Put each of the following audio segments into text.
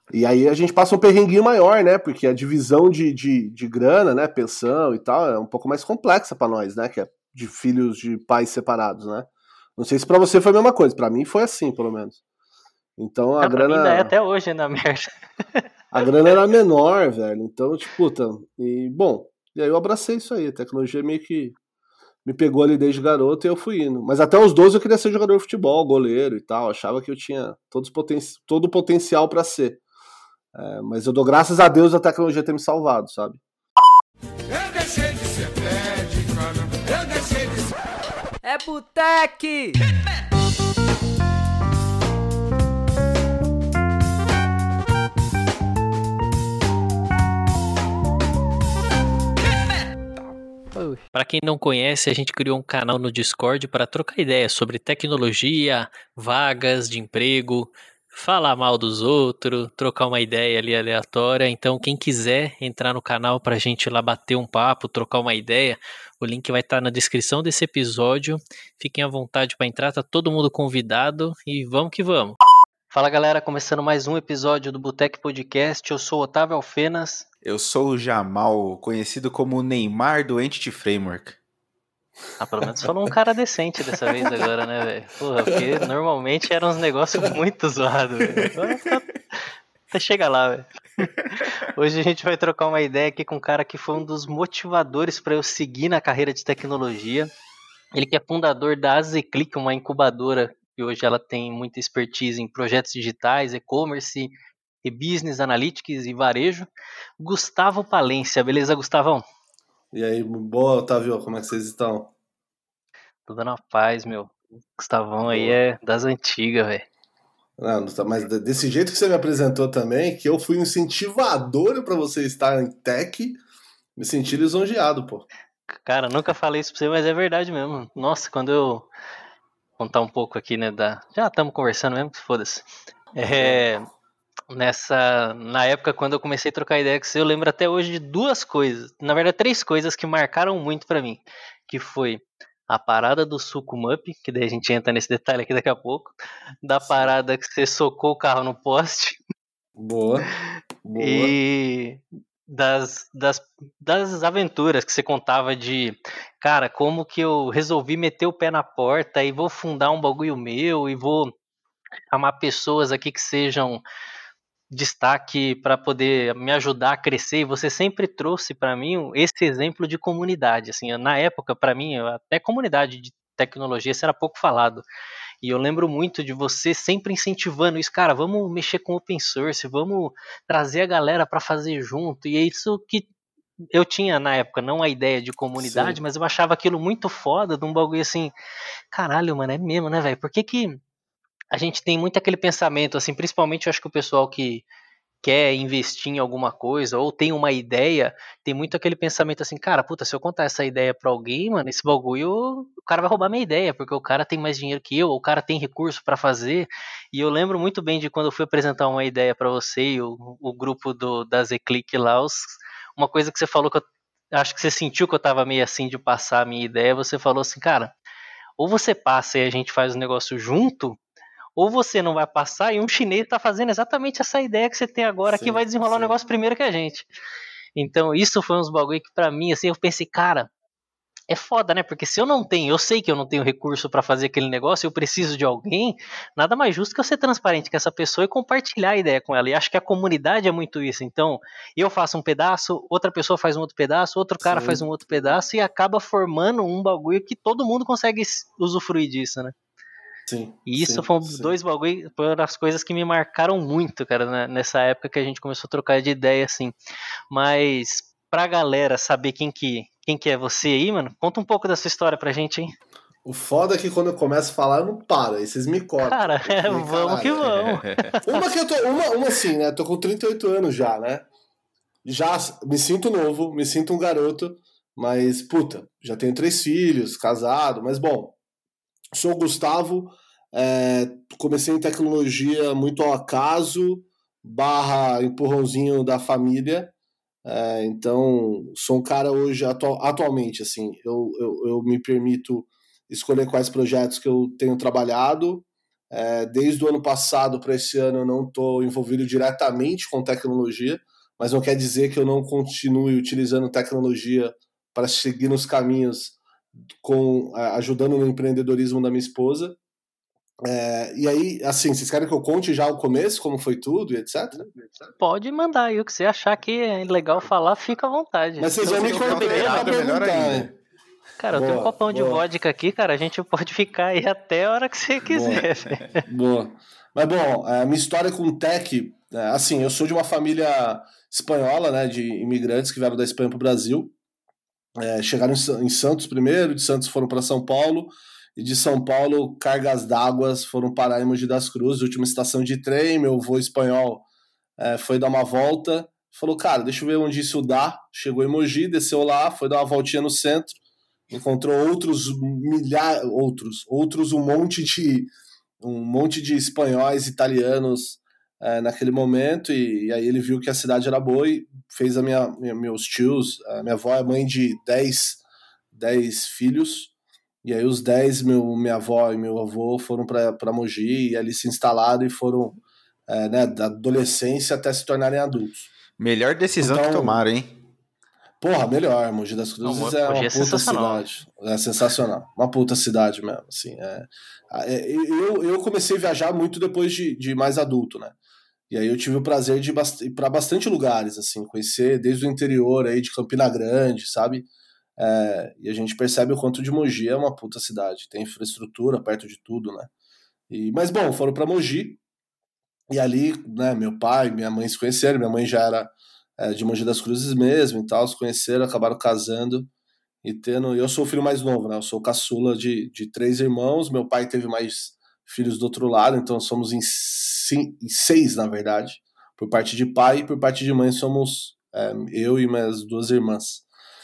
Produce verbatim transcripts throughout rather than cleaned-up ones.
E aí a gente passa um perrenguinho maior, né? Porque a divisão de, de, de grana, né? Pensão e tal, é um pouco mais complexa pra nós, né? Que é de filhos de pais separados, né? Não sei se pra você foi a mesma coisa, pra mim foi assim, pelo menos. Então a Ah, pra mim ainda é grana. até hoje, na merda. A grana era menor, velho. Então, tipo, puta. E, bom, e aí eu abracei isso aí. A tecnologia meio que me pegou ali desde garoto e eu fui indo. Mas até os doze eu queria ser jogador de futebol, goleiro e tal. Achava que eu tinha todos poten todo o potencial pra ser. É, mas eu dou graças a Deus a tecnologia ter me salvado, sabe? Eu deixei de ser pede quando eu deixei de ser... É Boteque! Para quem não conhece, a gente criou um canal no Discord para trocar ideias sobre tecnologia, vagas de emprego, falar mal dos outros, trocar uma ideia ali aleatória. Então, quem quiser entrar no canal para a gente ir lá bater um papo, trocar uma ideia, o link vai estar na descrição desse episódio. Fiquem à vontade para entrar, tá todo mundo convidado e vamos que vamos. Fala galera, começando mais um episódio do Boteque Podcast. Eu sou Otávio Alfenas. Eu sou o Jamal, conhecido como Neymar do Entity Framework. Ah, pelo menos falou um cara decente dessa vez agora, né, velho? Porra, porque normalmente eram uns negócios muito zoados, velho. Agora tá... Até chega lá, velho. Hoje a gente vai trocar uma ideia aqui com um cara que foi um dos motivadores para eu seguir na carreira de tecnologia. Ele que é fundador da AZClick, uma incubadora que hoje ela tem muita expertise em projetos digitais, e-commerce, e business analytics e varejo. Gustavo Palência, beleza, Gustavão? E aí, boa, Otávio, como é que vocês estão? Tudo na paz, meu. Gustavão aí Boa. é das antigas, velho. Não, mas desse jeito que você me apresentou também, que eu fui um incentivador para você estar em tech, me senti lisonjeado, pô. Cara, nunca falei isso pra você, mas é verdade mesmo. Nossa, quando eu contar um pouco aqui, né, da... Já estamos conversando mesmo, foda-se. É... Nessa... Na época, quando eu comecei a trocar ideia com você, eu lembro até hoje de duas coisas. Na verdade, três coisas que marcaram muito pra mim. Que foi a parada do suco Mup, que daí a gente entra nesse detalhe aqui daqui a pouco. Da parada que você socou o carro no poste. Boa, boa. E das, das, das aventuras que você contava de, cara, como que eu resolvi meter o pé na porta e vou fundar um bagulho meu e vou amar pessoas aqui que sejam destaque para poder me ajudar a crescer. E você sempre trouxe para mim esse exemplo de comunidade. Assim, na época, para mim, até comunidade de tecnologia, isso era pouco falado. E eu lembro muito de você sempre incentivando isso, cara, vamos mexer com open source, vamos trazer a galera para fazer junto. E é isso que eu tinha na época, não a ideia de comunidade, Sim. mas eu achava aquilo muito foda, de um bagulho assim, caralho, mano, é mesmo, né, velho? Por que que a gente tem muito aquele pensamento, assim, principalmente eu acho que o pessoal que quer investir em alguma coisa ou tem uma ideia, tem muito aquele pensamento assim, cara, puta, se eu contar essa ideia pra alguém, mano, esse bagulho, o cara vai roubar minha ideia, porque o cara tem mais dinheiro que eu, ou o cara tem recurso pra fazer. E eu lembro muito bem de quando eu fui apresentar uma ideia pra você e o, o grupo do, da ZClick lá, os, uma coisa que você falou que eu acho que você sentiu que eu tava meio assim de passar a minha ideia, você falou assim, cara, ou você passa e a gente faz o negócio junto, ou você não vai passar e um chinês está fazendo exatamente essa ideia que você tem agora que Sim, vai desenrolar o sim. negócio primeiro que a gente. Então isso foi uns bagulho que pra mim, assim, eu pensei, cara, é foda, né? Porque se eu não tenho, eu sei que eu não tenho recurso pra fazer aquele negócio, eu preciso de alguém, nada mais justo que eu ser transparente com essa pessoa e compartilhar a ideia com ela. E acho que a comunidade é muito isso. Então, eu faço um pedaço, outra pessoa faz um outro pedaço, outro cara faz um Sim, outro pedaço e acaba formando um bagulho que todo mundo consegue usufruir disso, né? sim, E isso sim, foram sim. dois bagulho, foram as coisas que me marcaram muito, cara, né, nessa época que a gente começou a trocar de ideia, assim. Mas pra galera saber quem que, quem que é você aí, mano, conta um pouco da sua história pra gente, hein? O foda é que quando eu começo a falar, eu não paro, aí vocês me cortam. Cara, é, Porque, vamos que caralho. vamos. Uma que eu tô. Uma, uma assim, né? Tô com trinta e oito anos já, né? Já me sinto novo, me sinto um garoto, mas, puta, já tenho três filhos, casado, mas bom, sou o Gustavo, é, comecei em tecnologia muito ao acaso, barra empurrãozinho da família, é, então sou um cara hoje, atu atualmente, assim, eu, eu, eu me permito escolher quais projetos que eu tenho trabalhado, É, desde o ano passado para esse ano eu não estou envolvido diretamente com tecnologia, mas não quer dizer que eu não continue utilizando tecnologia para seguir nos caminhos, com, ajudando no empreendedorismo da minha esposa. É, e aí, assim, vocês querem que eu conte já o começo, como foi tudo e etcétera? Pode mandar aí o que você achar que é legal falar, fica à vontade. Mas vocês vão me contar pra perguntar, hein? Cara, eu boa, tenho um copão de boa. vodka aqui, cara, a gente pode ficar aí até a hora que você quiser. Boa. boa. Mas, bom, a minha história com tech, assim, eu sou de uma família espanhola, né, de imigrantes que vieram da Espanha para o Brasil. É, chegaram em Santos primeiro, de Santos foram para São Paulo, e de São Paulo, cargas d'água foram parar em Mogi das Cruzes, última estação de trem. Meu avô espanhol é, foi dar uma volta, falou, cara, deixa eu ver onde isso dá. Chegou em Mogi, desceu lá, foi dar uma voltinha no centro, encontrou outros milhares, outros, outros um monte de um monte de espanhóis, italianos é, naquele momento, e, e aí ele viu que a cidade era boa e fez a minha, minha meus tios, a minha avó é mãe de dez, dez filhos, e aí os dez, meu, minha avó e meu avô foram para Mogi e ali se instalaram e foram é, né, da adolescência até se tornarem adultos. Melhor decisão então, que tomaram, hein? Porra, melhor, Mogi das Cruzes não, é uma é puta cidade. É sensacional. Uma puta cidade mesmo, assim. É, é, eu, eu comecei a viajar muito depois de, de mais adulto, né? E aí eu tive o prazer de ir para bastante lugares, assim, conhecer desde o interior aí de Campina Grande, sabe? É, e a gente percebe o quanto de Mogi é uma puta cidade. Tem infraestrutura perto de tudo, né? E, mas, bom, foram para Mogi. E ali, né, meu pai, minha mãe se conheceram. Minha mãe já era é, de Mogi das Cruzes mesmo e tal, se conheceram, acabaram casando e tendo... Eu sou o filho mais novo, né? Eu sou caçula de, de três irmãos. Meu pai teve mais filhos do outro lado, então somos em, cinco, em seis, na verdade, por parte de pai, e por parte de mãe somos é, eu e minhas duas irmãs.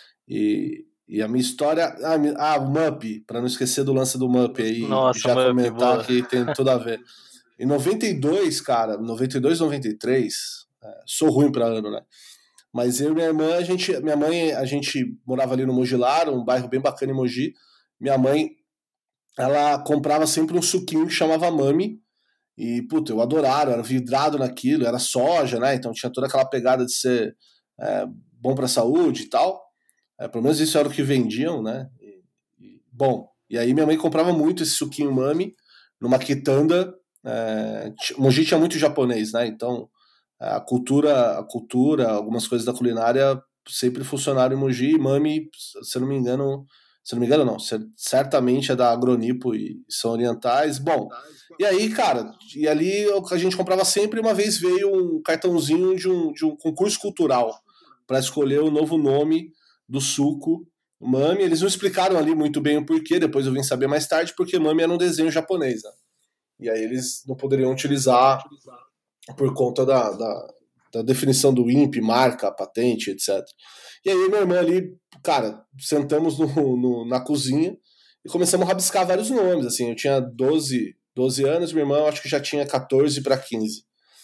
E, e a minha história... Ah, o Mup, para não esquecer do lance do Mup aí, Nossa, já Mup, comentar boa. que tem tudo a ver. Em noventa e dois, cara, noventa e dois, noventa e três, é, sou ruim pra ano, né? Mas eu e minha irmã, a gente, minha mãe, a gente morava ali no Mogilar, um bairro bem bacana em Mogi. Minha mãe, ela comprava sempre um suquinho que chamava Mami. E, puta, eu adorava, eu era vidrado naquilo, era soja, né? Então tinha toda aquela pegada de ser é, bom pra saúde e tal. É, pelo menos isso era o que vendiam, né? E, e, bom, e aí minha mãe comprava muito esse suquinho Mami numa quitanda. É, Mogi tinha muito japonês, né? Então a cultura, a cultura, algumas coisas da culinária sempre funcionaram em Mogi. E Mami, se eu não me engano, se eu não me engano não, certamente é da Agronipo e são orientais. Bom, e aí, cara, e ali a gente comprava sempre. Uma vez veio um cartãozinho de um, de um concurso cultural para escolher o novo nome do suco Mami. Eles não explicaram ali muito bem o porquê, depois eu vim saber mais tarde, porque Mami era um desenho japonês, né? E aí eles não poderiam utilizar por conta da, da, da definição do I N P, marca, patente, etcétera. E aí minha irmã ali, cara, sentamos no, no, na cozinha e começamos a rabiscar vários nomes, assim. Eu tinha doze, doze anos, minha irmã eu acho que já tinha catorze para quinze.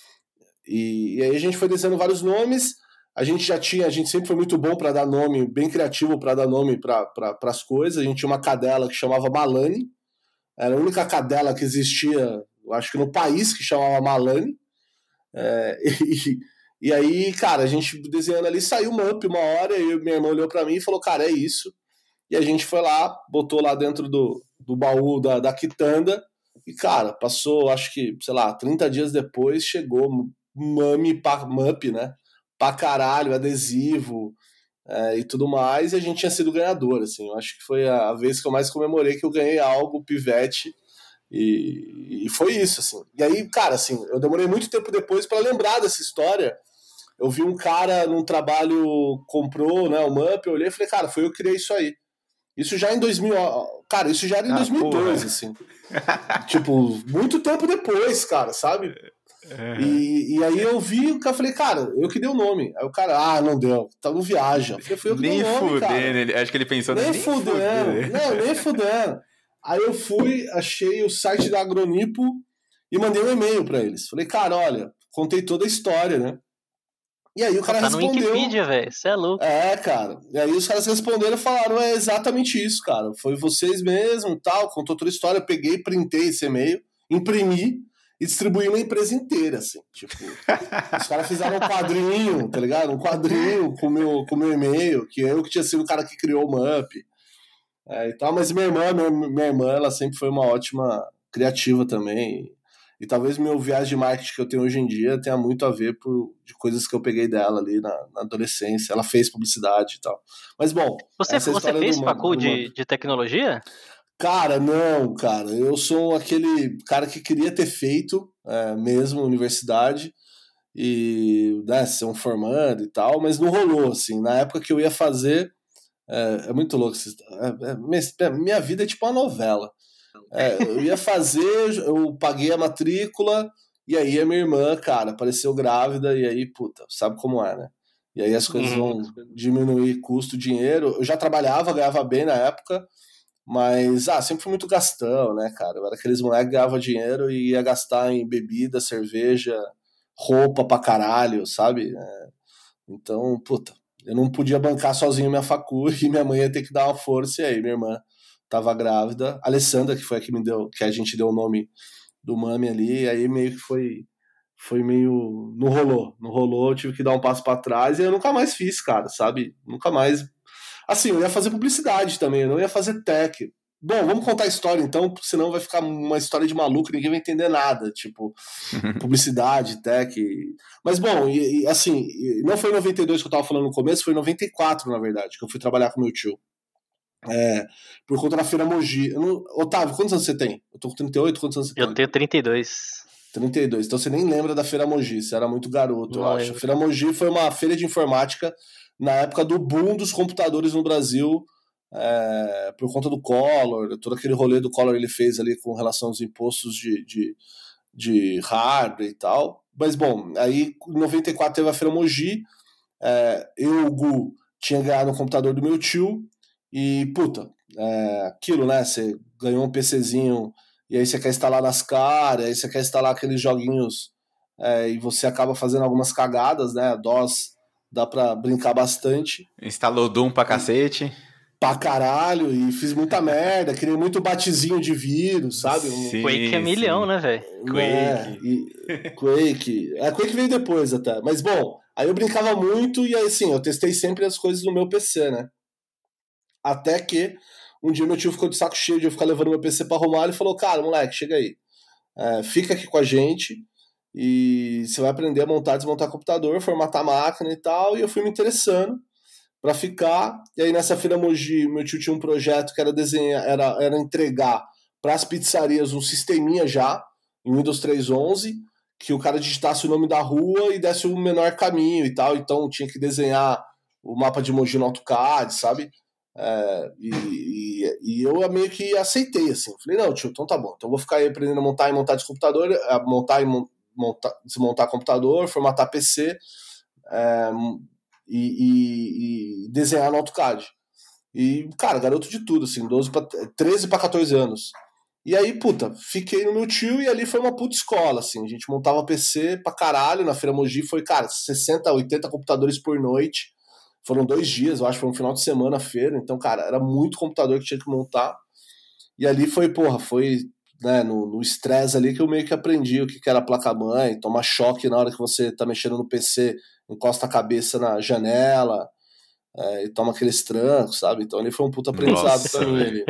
E, e aí a gente foi desenhando vários nomes. A gente já tinha, a gente sempre foi muito bom para dar nome, bem criativo para dar nome para pra, as coisas. A gente tinha uma cadela que chamava Malane. Era a única cadela que existia, eu acho que no país, que chamava Malane. É, e, e aí, cara, a gente desenhando ali, saiu uma up uma hora, e minha irmã olhou pra mim e falou, cara, é isso. E a gente foi lá, botou lá dentro do, do baú da, da quitanda, e, cara, passou, acho que, sei lá, trinta dias depois, chegou Mami, pa, Mup, né? Pra caralho, adesivo... É, e tudo mais, e a gente tinha sido ganhador, assim, eu acho que foi a, a vez que eu mais comemorei que eu ganhei algo, pivete, e, e foi isso, assim. E aí, cara, assim, eu demorei muito tempo depois para lembrar dessa história. Eu vi um cara num trabalho, comprou, né, o Mup, eu olhei e falei, cara, foi eu que criei isso aí. Isso já em dois mil, cara, isso já era em ah, dois mil e dois, porra. Assim. Tipo, muito tempo depois, cara, sabe? Uhum. E, e aí eu vi, eu falei, cara, eu que dei o nome. Aí o cara, ah, não deu, tá no viagem. Eu falei, foi eu que nem dei o nome, fudendo, cara. Ele, acho que ele pensou, nem, nem fudendo, fudendo. Não, nem fudendo. Aí eu fui, achei o site da Agronipo e mandei um e-mail pra eles. Falei, cara, olha, contei toda a história, né? E aí o cara tá respondeu. No Wikipedia, velho, você é louco. É, cara. E aí os caras responderam e falaram, é exatamente isso, cara. Foi vocês mesmo, tal, contou toda a história, eu peguei, printei esse e-mail, imprimi e distribuí uma empresa inteira, assim. Tipo, os caras fizeram um quadrinho, tá ligado? Um quadrinho com meu, com meu e-mail, que eu que tinha sido o cara que criou o Mup. É, e tal, mas minha irmã, minha, minha irmã, ela sempre foi uma ótima criativa também. E, e talvez meu viagem de marketing que eu tenho hoje em dia tenha muito a ver por, de coisas que eu peguei dela ali na, na adolescência. Ela fez publicidade e tal. Mas, bom... Você, essa é a você história fez do facul Mup, do de, Mup. de tecnologia? Cara, não, cara. Eu sou aquele cara que queria ter feito é, mesmo universidade e né, ser um formando e tal, mas não rolou, assim. Na época que eu ia fazer... É, é muito louco. É, é, minha vida é tipo uma novela. É, eu ia fazer, eu paguei a matrícula, e aí a minha irmã, cara, apareceu grávida, e aí, puta, sabe como é, né? E aí as coisas vão diminuir custo, dinheiro. Eu já trabalhava, ganhava bem na época, mas, ah, sempre fui muito gastão, né, cara? Eu era aqueles moleques que ganhavam dinheiro e ia gastar em bebida, cerveja, roupa pra caralho, sabe? É, então, puta, eu não podia bancar sozinho minha facu e minha mãe ia ter que dar uma força, e aí minha irmã tava grávida, a Alessandra, que foi a que me deu, que a gente deu o nome do Mami ali, e aí meio que foi foi meio, não rolou, não rolou, eu tive que dar um passo pra trás e eu nunca mais fiz, cara, sabe? Nunca mais. Assim, eu ia fazer publicidade também, eu não ia fazer tech. Bom, vamos contar a história então, senão vai ficar uma história de maluco, ninguém vai entender nada, tipo, publicidade, tech. Mas bom, e, e, assim, não foi em noventa e dois que eu tava falando no começo, foi em noventa e quatro, na verdade, que eu fui trabalhar com meu tio. É, por conta da Feira Mogi. Eu não... Otávio, quantos anos você tem? Eu tô com trinta e oito, quantos anos você tem? Eu tenho trinta e dois. trinta e dois, então você nem lembra da Feira Mogi, você era muito garoto, Não eu acho. lembro. A Feira Mogi foi uma feira de informática na época do boom dos computadores no Brasil, é, por conta do Collor, todo aquele rolê do Collor ele fez ali com relação aos impostos de, de, de hardware e tal. Mas bom, aí em noventa e quatro teve a Feira Mogi, é, eu, o Gu, tinha ganhado um computador do meu tio, e puta, é, aquilo, né, você ganhou um PCzinho e aí você quer instalar nas caras, aí você quer instalar aqueles joguinhos é, e você acaba fazendo algumas cagadas, né, DOS dá pra brincar bastante. Instalou Doom pra cacete. Pra caralho, e fiz muita merda, criei muito batizinho de vírus, sabe? Um, Sim, Quake é milhão, sim. né, velho? né, Quake. e, Quake. É, Quake veio depois até. Mas bom, aí eu brincava muito e aí assim, eu testei sempre as coisas no meu P C, né? Até que um dia meu tio ficou de saco cheio de eu ficar levando meu P C pra arrumar e falou, cara, moleque, chega aí. É, fica aqui com a gente e você vai aprender a montar, desmontar computador, formatar a máquina e tal. E eu fui me interessando pra ficar. E aí nessa Feira Mogi, meu tio tinha um projeto que era desenhar, era, era entregar pras pizzarias um sisteminha já, em Windows três ponto onze, que o cara digitasse o nome da rua e desse o menor caminho e tal. Então tinha que desenhar o mapa de Mogi no AutoCAD, sabe? É, e, e, e eu meio que aceitei, assim. Falei, não, tio, então tá bom. Então eu vou ficar aí aprendendo a montar e montar de computador, montar e montar, desmontar computador, formatar P C é, e, e, e desenhar no AutoCAD. E, cara, garoto de tudo, assim, doze pra, treze pra catorze anos. E aí, puta, fiquei no meu tio e ali foi uma puta escola, assim. A gente montava P C pra caralho. Na Feira Mogi foi, cara, sessenta, oitenta computadores por noite. Foram dois dias, eu acho, foi um final de semana a feira, então, cara, era muito computador que tinha que montar. E ali foi, porra, foi né, no estresse ali que eu meio que aprendi o que, que era placa-mãe, tomar choque na hora que você tá mexendo no P C, encosta a cabeça na janela é, e toma aqueles trancos, sabe? Então ali foi um puta aprendizado Nossa, pra mim ali.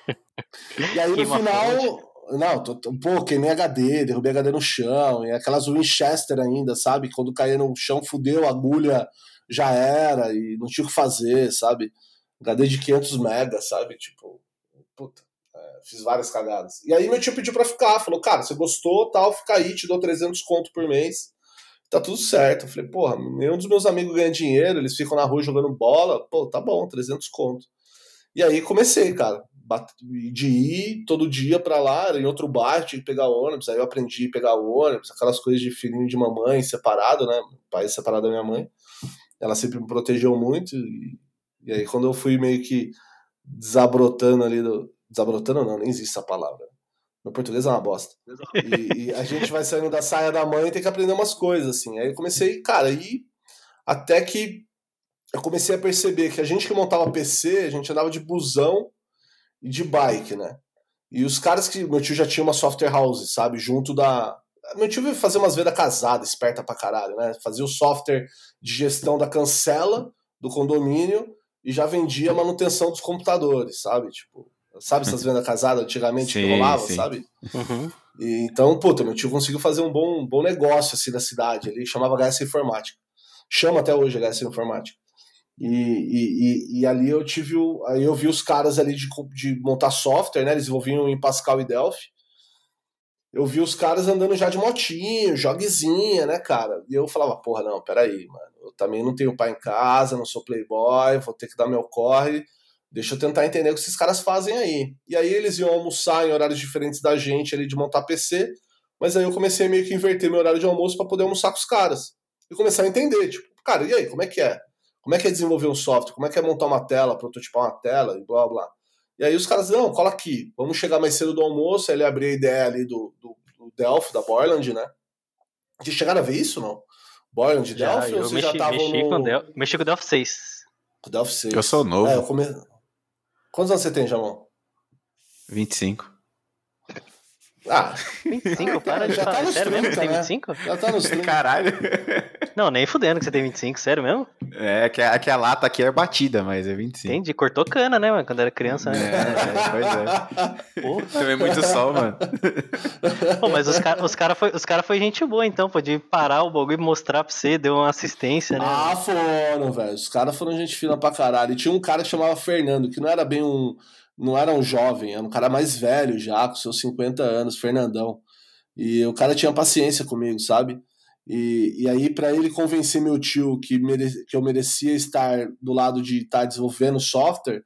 E aí no Queima final... Não, tô, tô, pô, queimei H D, derrubei H D no chão, e aquelas Winchester ainda, sabe? Quando caía no chão, fudeu, a agulha já era, e não tinha o que fazer, sabe? H D de quinhentos megas, sabe? Tipo, puta, é, fiz várias cagadas. E aí meu tio pediu pra ficar, falou, cara, você gostou, tal, fica aí, te dou trezentos conto por mês, tá tudo certo. Eu falei, porra, nenhum dos meus amigos ganha dinheiro, eles ficam na rua jogando bola, pô, tá bom, trezentos conto. E aí comecei, cara, de ir todo dia pra lá, era em outro bairro, tinha que pegar ônibus, aí eu aprendi a pegar o ônibus, aquelas coisas de filhinho de mamãe separado, né, meu pai separado da minha mãe, ela sempre me protegeu muito, e, e aí quando eu fui meio que desabrotando ali, do, desabrotando não, nem existe essa palavra, meu português é uma bosta, e, e a gente vai saindo da saia da mãe e tem que aprender umas coisas, assim, aí eu comecei, cara, e até que eu comecei a perceber que a gente que montava P C, a gente andava de busão e de bike, né? E os caras que... Meu tio já tinha uma software house, sabe? Junto da... Meu tio veio fazer umas vendas casadas, esperta pra caralho, né? Fazia o software de gestão da cancela do condomínio e já vendia a manutenção dos computadores, sabe? Tipo, sabe essas vendas casadas antigamente sim, que rolava, sim. sabe? Uhum. E, então, puta, meu tio conseguiu fazer um bom, um bom negócio assim da cidade. Ele chamava H S Informática. Chama até hoje H S Informática. E, e, e, e ali eu tive o, aí eu vi os caras ali de, de montar software, né? Eles desenvolviam em Pascal e Delphi. Eu vi os caras andando já de motinho, joguezinha, né, cara? E eu falava, porra, não, peraí, mano. Eu também não tenho pai em casa, não sou playboy, vou ter que dar meu corre. Deixa eu tentar entender o que esses caras fazem aí. E aí eles iam almoçar em horários diferentes da gente ali de montar P C, mas aí eu comecei a meio que inverter meu horário de almoço pra poder almoçar com os caras. E começar a entender, tipo, cara, e aí, como é que é? Como é que é desenvolver um software? Como é que é montar uma tela, prototipar uma tela e blá, blá. E aí os caras, não, cola aqui, vamos chegar mais cedo do almoço. Aí ele abriu a ideia ali do, do, do Delphi, da Borland, né? Vocês chegaram a ver isso, não? Borland, Já, Delphi, ou eu vocês mexi, já estavam mexi, no... com Del, mexi com o Delphi seis. Com Delphi seis. Eu sou novo. É, eu come... Quantos anos você tem, Jamon? vinte e cinco. Ah, vinte e cinco, para de já falar. tá É nos sério mesmo que você tem trinta, né? vinte e cinco? Já tá nos trinta. Caralho. Não, nem fudendo que você tem vinte e cinco, sério mesmo? É, que a, que a lata aqui é batida, mas é vinte e cinco. Entendi, cortou cana, né, mano, quando era criança, É, né? é, pois é. Porra. Também muito sol, mano. Pô, mas os caras os cara foi, os cara foi gente boa, então, pô, de parar o bagulho e mostrar pra você, deu uma assistência, né? Ah, foram, velho. Os caras foram gente fina pra caralho. E tinha um cara que chamava Fernando, que não era bem um... Não era um jovem, era um cara mais velho já, com seus cinquenta anos, Fernandão. E o cara tinha paciência comigo, sabe? E, e aí, pra ele convencer meu tio que, mere, que eu merecia estar do lado de estar desenvolvendo software,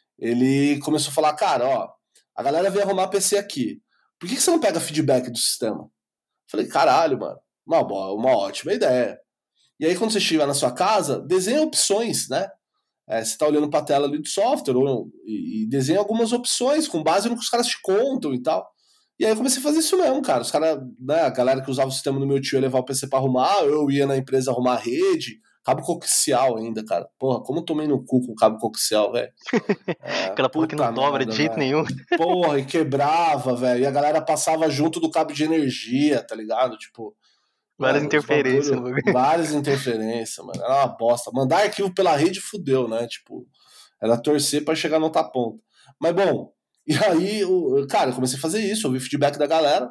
ele começou a falar, cara, ó, a galera veio arrumar P C aqui. Por que, que você não pega feedback do sistema? Falei, caralho, mano, uma, uma ótima ideia. E aí, quando você estiver na sua casa, desenha opções, né? É, você está olhando para a tela ali do software ou, e, e desenha algumas opções com base no que os caras te contam e tal. E aí eu comecei a fazer isso mesmo, cara. Os caras, né, a galera que usava o sistema do meu tio ia levar o P C para arrumar, eu ia na empresa arrumar a rede, cabo coaxial ainda, cara. Porra, como eu tomei no cu com o cabo coaxial, velho. É, Aquela porra que não dobra de jeito véio. nenhum. Porra, e quebrava, velho. E a galera passava junto do cabo de energia, tá ligado? Tipo... Várias mano, interferências bagulho, no bagulho. Várias interferências, mano. Era uma bosta. Mandar arquivo pela rede fudeu, né? Tipo, era torcer pra chegar na outra ponta. Mas bom, e aí, eu, cara, eu comecei a fazer isso, ouvir feedback da galera,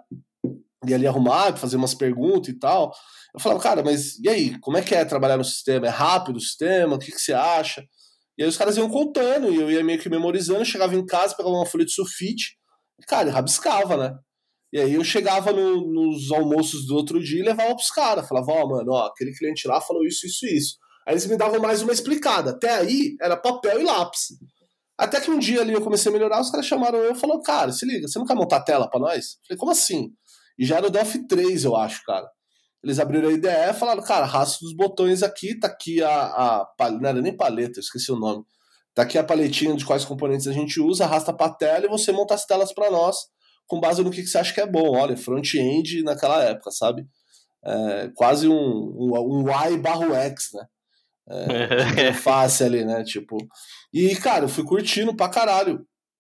ia ali arrumar, fazer umas perguntas e tal. Eu falava, cara, mas e aí? Como é que é trabalhar no sistema? É rápido o sistema? O que, que você acha? E aí os caras iam contando, e eu ia meio que memorizando, chegava em casa, pegava uma folha de sulfite, e, cara, rabiscava, né? E aí eu chegava no, nos almoços do outro dia e levava pros caras. Falava, ó, oh, mano, ó, aquele cliente lá falou isso, isso, isso. Aí eles me davam mais uma explicada. Até aí era papel e lápis. Até que um dia ali eu comecei a melhorar, os caras chamaram eu e falaram, cara, se liga, você não quer montar tela pra nós? Falei, como assim? E já era o Delphi três, eu acho, cara. Eles abriram a I D E e falaram, cara, arrasta os botões aqui, tá aqui a, a... Não era nem paleta, eu esqueci o nome. Tá aqui a paletinha de quais componentes a gente usa, arrasta pra tela e você monta as telas pra nós, com base no que você acha que é bom. Olha, front-end naquela época, sabe? É, quase um, um, um Y barra X, né? É, de interface ali, né? Tipo... E, cara, eu fui curtindo pra caralho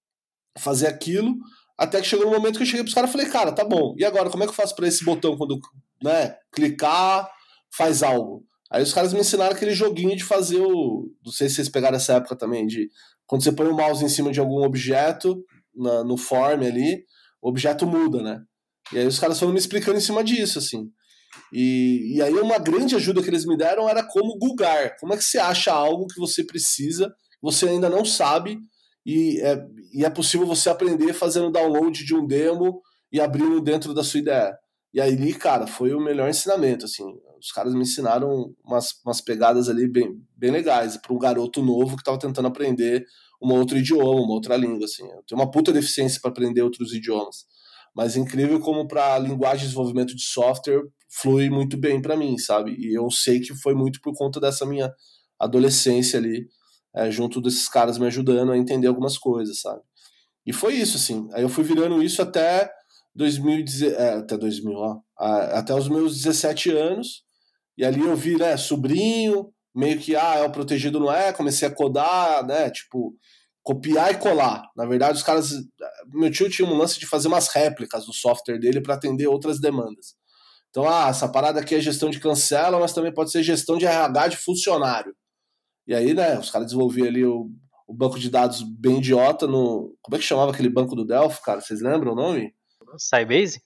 fazer aquilo, até que chegou um momento que eu cheguei pros caras e falei, cara, tá bom, e agora, como é que eu faço pra esse botão quando, né, clicar, faz algo? Aí os caras me ensinaram aquele joguinho de fazer o... Não sei se vocês pegaram essa época também, de quando você põe o mouse em cima de algum objeto, na, no form ali, o objeto muda, né? E aí os caras foram me explicando em cima disso, assim. E, e aí uma grande ajuda que eles me deram era como googar. Como é que você acha algo que você precisa, você ainda não sabe, e é, e é possível você aprender fazendo download de um demo e abrindo dentro da sua ideia. E aí, cara, foi o melhor ensinamento, assim. Os caras me ensinaram umas, umas pegadas ali bem, bem legais para um garoto novo que estava tentando aprender um outro idioma, uma outra língua, assim. Eu tenho uma puta deficiência para aprender outros idiomas. Mas é incrível como para linguagem de desenvolvimento de software flui muito bem para mim, sabe? E eu sei que foi muito por conta dessa minha adolescência ali, é, junto desses caras me ajudando a entender algumas coisas, sabe? E foi isso, assim. Aí eu fui virando isso até dois mil e dez, é, até dois mil, ó, até os meus dezessete anos. E ali eu vi, né, sobrinho, meio que, ah, é o protegido, não é? Comecei a codar, né, tipo, copiar e colar. Na verdade, os caras... Meu tio tinha um lance de fazer umas réplicas do software dele para atender outras demandas. Então, ah, essa parada aqui é gestão de cancela, mas também pode ser gestão de R H de funcionário. E aí, né, os caras desenvolviam ali o, o banco de dados bem idiota no... Como é que chamava aquele banco do Delphi, cara? Vocês lembram o nome? Sybase?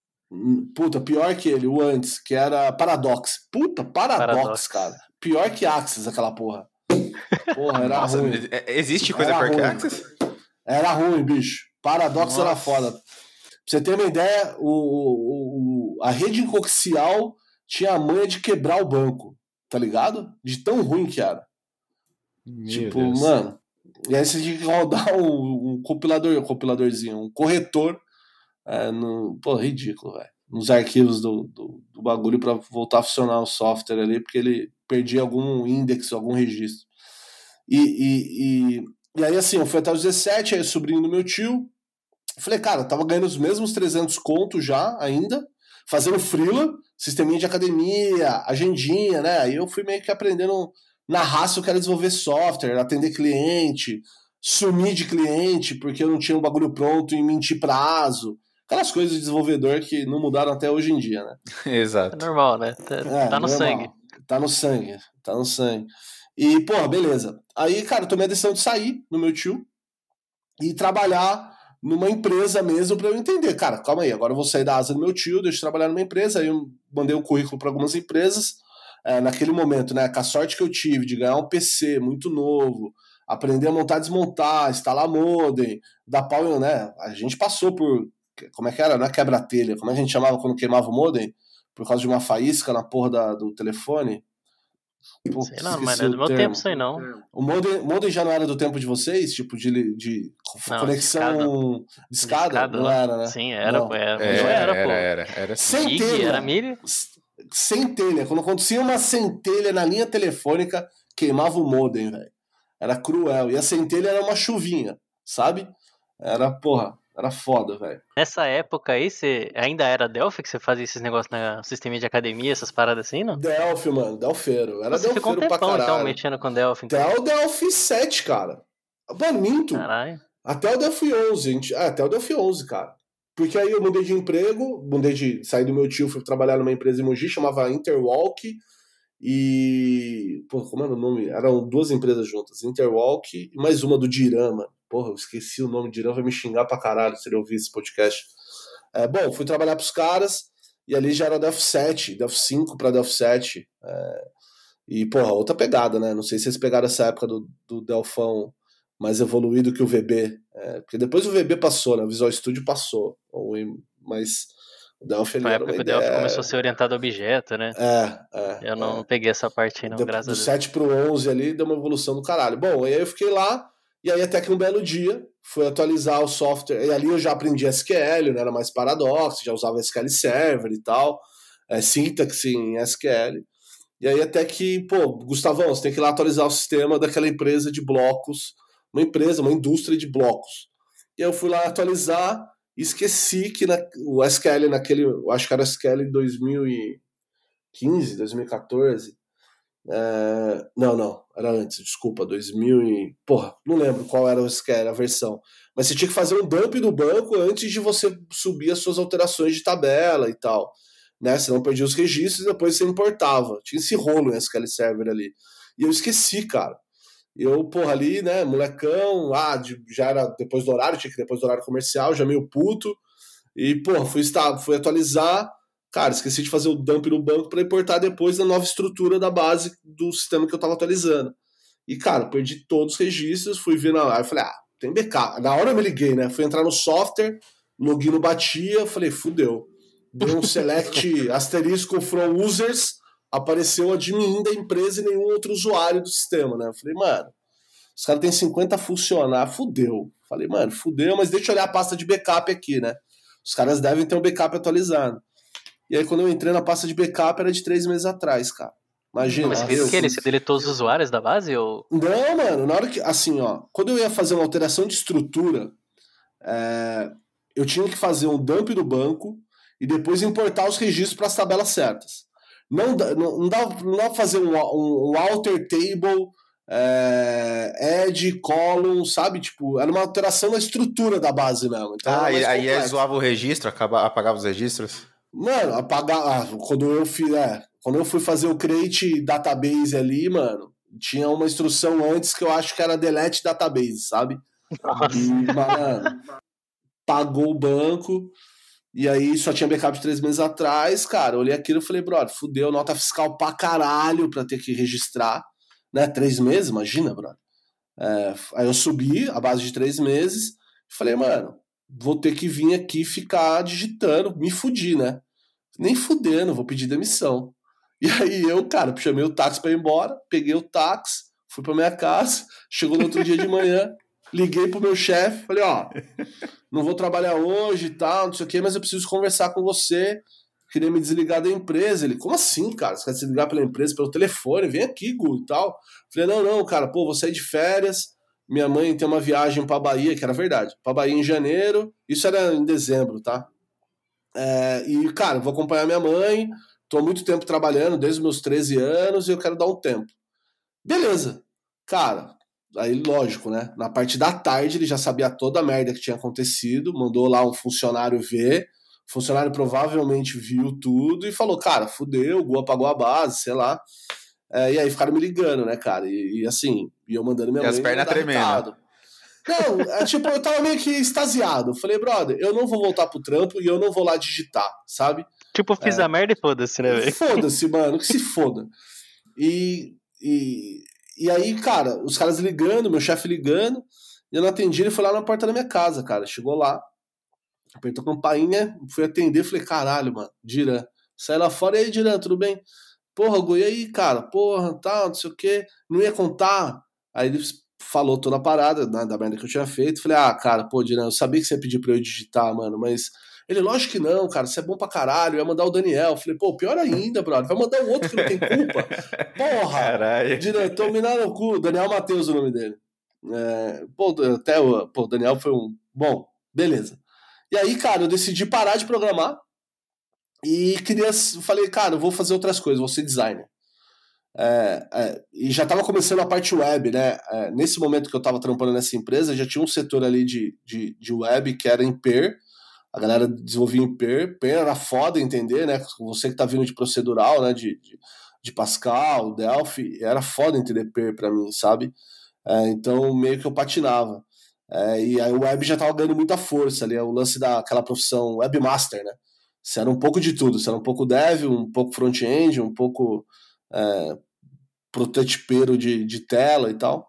Puta, pior que ele, o antes, que era Paradox. Puta, Paradox, Paradox. cara. Pior que Axis, aquela porra. Porra, era Nossa, ruim. existe coisa Era pior que ruim. Axis? Era ruim, bicho. Paradox Nossa. era foda. Pra você ter uma ideia, o, o, o, a rede coaxial tinha a manha de quebrar o banco, tá ligado? De tão ruim que era. Meu tipo, Deus. mano... E aí você tinha que rodar um, um compilador, um compiladorzinho, um corretor. É, no, pô, ridículo, velho. Nos arquivos do, do, do bagulho pra voltar a funcionar o software ali, porque ele perdia algum index, algum registro. E, e, e, e aí, assim, eu fui até os dezessete, aí sobrinho do meu tio. Falei, cara, eu tava ganhando os mesmos trezentos contos já, ainda, fazendo freela, sisteminha de academia, agendinha, né? Aí eu fui meio que aprendendo na raça, eu quero desenvolver software, atender cliente, sumir de cliente, porque eu não tinha um bagulho pronto e mentir prazo. Aquelas coisas de desenvolvedor que não mudaram até hoje em dia, né? Exato. É normal, né? Tá, É, tá no normal. sangue. Tá no sangue, tá no sangue. E, porra, beleza. Aí, cara, eu tomei a decisão de sair no meu tio e trabalhar numa empresa mesmo pra eu entender. Cara, calma aí, agora eu vou sair da asa do meu tio, deixa eu trabalhar numa empresa. Aí eu mandei o currículo pra algumas empresas. É, naquele momento, né, com a sorte que eu tive de ganhar um P C muito novo, aprender a montar, desmontar, instalar modem, dar pau, né? A gente passou por... Como é que era? Não é quebra-telha. Como é que a gente chamava quando queimava o modem? Por causa de uma faísca na porra da, do telefone? Putz, Sei não, mas esqueci não é o do meu termo. tempo isso aí não. O modem, modem já não era do tempo de vocês? Tipo, de, de Não, conexão de escada? Discada, Não né? era, né? Sim, era, Não. pô. Era, É, eu era, era, pô. era, era assim. Gig, Centelha. era milho. Centelha. Quando acontecia uma centelha na linha telefônica, queimava o modem, velho. Era cruel. E a centelha era uma chuvinha, sabe? Era, porra, era foda, velho. Nessa época aí, você ainda era Delphi que você fazia esses negócios no sistema de academia, essas paradas assim, não? Delphi, mano. Delfeiro. Era Você ficou um Delfeiro pra tempão, então, caralho. mexendo com Delphi. Então. Até o Delphi sete, cara. Mano, minto. Caralho. Até o Delphi onze, gente. Ah, até o Delphi onze, cara. Porque aí eu mudei de emprego, mudei de sair do meu tio, fui trabalhar numa empresa em Mogi, chamava Interwalk. E... Pô, como era o nome? Eram duas empresas juntas. Interwalk e mais uma do Diran, mano. Porra, eu esqueci o nome. Diran vai me xingar pra caralho se ele ouvir esse podcast. É, bom, fui trabalhar pros caras e ali já era Delphi sete, Delphi cinco pra Delphi sete. É, e, porra, outra pegada, né? Não sei se vocês pegaram essa época do, do Delfão mais evoluído que o V B. É, porque depois o V B passou, né? O Visual Studio passou. Mas o Delphi Foi a era época uma que o Delphi ideia... começou a ser orientado a objeto, né? É, é. Eu não, é. não peguei essa parte aí, não, Do, graças do a Deus. sete pro onze ali deu uma evolução do caralho. Bom, aí eu fiquei lá, e aí até que um belo dia fui atualizar o software, e ali eu já aprendi S Q L, não era mais Paradox, já usava S Q L Server e tal, é, syntax em S Q L. E aí até que, pô, Gustavão, você tem que ir lá atualizar o sistema daquela empresa de blocos, uma empresa, uma indústria de blocos. E aí eu fui lá atualizar e esqueci que na, o S Q L naquele, eu acho que era o S Q L em dois mil e quinze, dois mil e quatorze. É, não, não, era antes, desculpa, dois mil e... Porra, não lembro qual era o S Q L, a versão. Mas você tinha que fazer um dump do banco antes de você subir as suas alterações de tabela e tal. Né? Você não perdia os registros e depois você importava. Tinha esse rolo em S Q L Server ali. E eu esqueci, cara. Eu, porra, ali, né, molecão, ah, de, já era depois do horário, tinha que ir depois do horário comercial, já meio puto. E, porra, fui, fui atualizar. Cara, esqueci de fazer o dump no banco para importar depois na nova estrutura da base do sistema que eu tava atualizando. E, cara, perdi todos os registros, fui ver na live, falei, ah, tem backup. Na hora eu me liguei, né? Fui entrar no software, login batia, falei, fudeu. Deu um select asterisco from users, apareceu admin da empresa e nenhum outro usuário do sistema, né? Eu falei, mano, os caras têm cinquenta funcionários, fudeu. Falei, mano, fudeu, mas deixa eu olhar a pasta de backup aqui, né? Os caras devem ter um backup atualizado. E aí, quando eu entrei na pasta de backup, era de três meses atrás, cara. Imagina. Mas você fez o que? Ele você deletou os usuários da base? Ou... Não, mano. Na hora que. Assim, ó. Quando eu ia fazer uma alteração de estrutura, é, eu tinha que fazer um dump do banco e depois importar os registros para as tabelas certas. Não dá, não dá, não dá pra fazer um, um, um alter table é, add, column, sabe? Tipo, era uma alteração na estrutura da base mesmo. Então Ah, era mais e aí complexo. zoava o registro, acaba, apagava os registros? Mano, apagar. Ah, quando eu fui, é, quando eu fui fazer o create database ali, mano, tinha uma instrução antes que eu acho que era delete database, sabe? Nossa. E, mano, pagou o banco. E aí só tinha backup de três meses atrás, cara. Eu olhei aquilo e falei, brother, fudeu, nota fiscal pra caralho pra ter que registrar, né? Três meses, imagina, brother. É, aí eu subi a base de três meses e falei, mano, vou ter que vir aqui ficar digitando, me fudi, né? Nem fudendo, vou pedir demissão. E aí eu, cara, chamei o táxi pra ir embora, peguei o táxi, fui pra minha casa, chegou no outro dia de manhã, liguei pro meu chefe, falei, ó, não vou trabalhar hoje e tal, não sei o que, mas eu preciso conversar com você, queria me desligar da empresa. Ele, como assim, cara? Você quer se desligar pela empresa, pelo telefone? Vem aqui, Gu, e tal. Falei, não, não, cara, pô, vou sair de férias, minha mãe tem uma viagem pra Bahia, que era verdade, pra Bahia em janeiro, isso era em dezembro, tá? É, e, cara, vou acompanhar minha mãe, tô há muito tempo trabalhando, desde os meus treze anos, e eu quero dar um tempo. Beleza. Cara, aí lógico, né? Na parte da tarde ele já sabia toda a merda que tinha acontecido, mandou lá um funcionário ver, o funcionário provavelmente viu tudo e falou, cara, fudeu, o Gu apagou a base, sei lá. É, e aí ficaram me ligando, né, cara? E, e assim, e eu mandando minha E mãe as pernas mandar tremendo. recado. Não, é, tipo, eu tava meio que extasiado. Eu falei, brother, eu não vou voltar pro trampo e eu não vou lá digitar, sabe? Tipo, fiz É. a merda e foda-se, né, velho? Foda-se, mano, que se foda. E, e, e aí, cara, os caras ligando, meu chefe ligando, e eu não atendi, ele foi lá na porta da minha casa, cara. Chegou lá, apertou a campainha, fui atender, falei, caralho, mano, Diran. Sai lá fora, e aí, Diran, tudo bem? Porra, Gu, e aí, cara, porra, tal, não sei o quê, não ia contar. Aí ele falou toda a parada, né, da merda que eu tinha feito. Falei, ah, cara, pô, Diran, eu sabia que você ia pedir pra eu digitar, mano, mas... Ele, lógico que não, cara, você é bom pra caralho, ia mandar o Daniel. Falei, pô, pior ainda, brother, vai mandar o outro que não tem culpa. Porra! Caralho. Diretor, me dá no cu. Daniel Matheus, o nome dele. É, pô, até o pô, Daniel foi um... Bom, beleza. E aí, cara, eu decidi parar de programar e queria... Falei, cara, eu vou fazer outras coisas, vou ser designer. É, é, e já estava começando a parte web, né? É, nesse momento que eu estava trampando nessa empresa, já tinha um setor ali de, de, de web que era em Perl. A galera desenvolvia em Perl. Perl era foda entender, né? Você que tá vindo de procedural, né? De, de, de Pascal, Delphi, era foda entender Perl pra mim, sabe? É, então meio que eu patinava. É, e aí o web já tava ganhando muita força ali, o lance daquela profissão webmaster, né? Você era um pouco de tudo, você era um pouco dev, um pouco front-end, um pouco é, prototipeiro de, de tela e tal.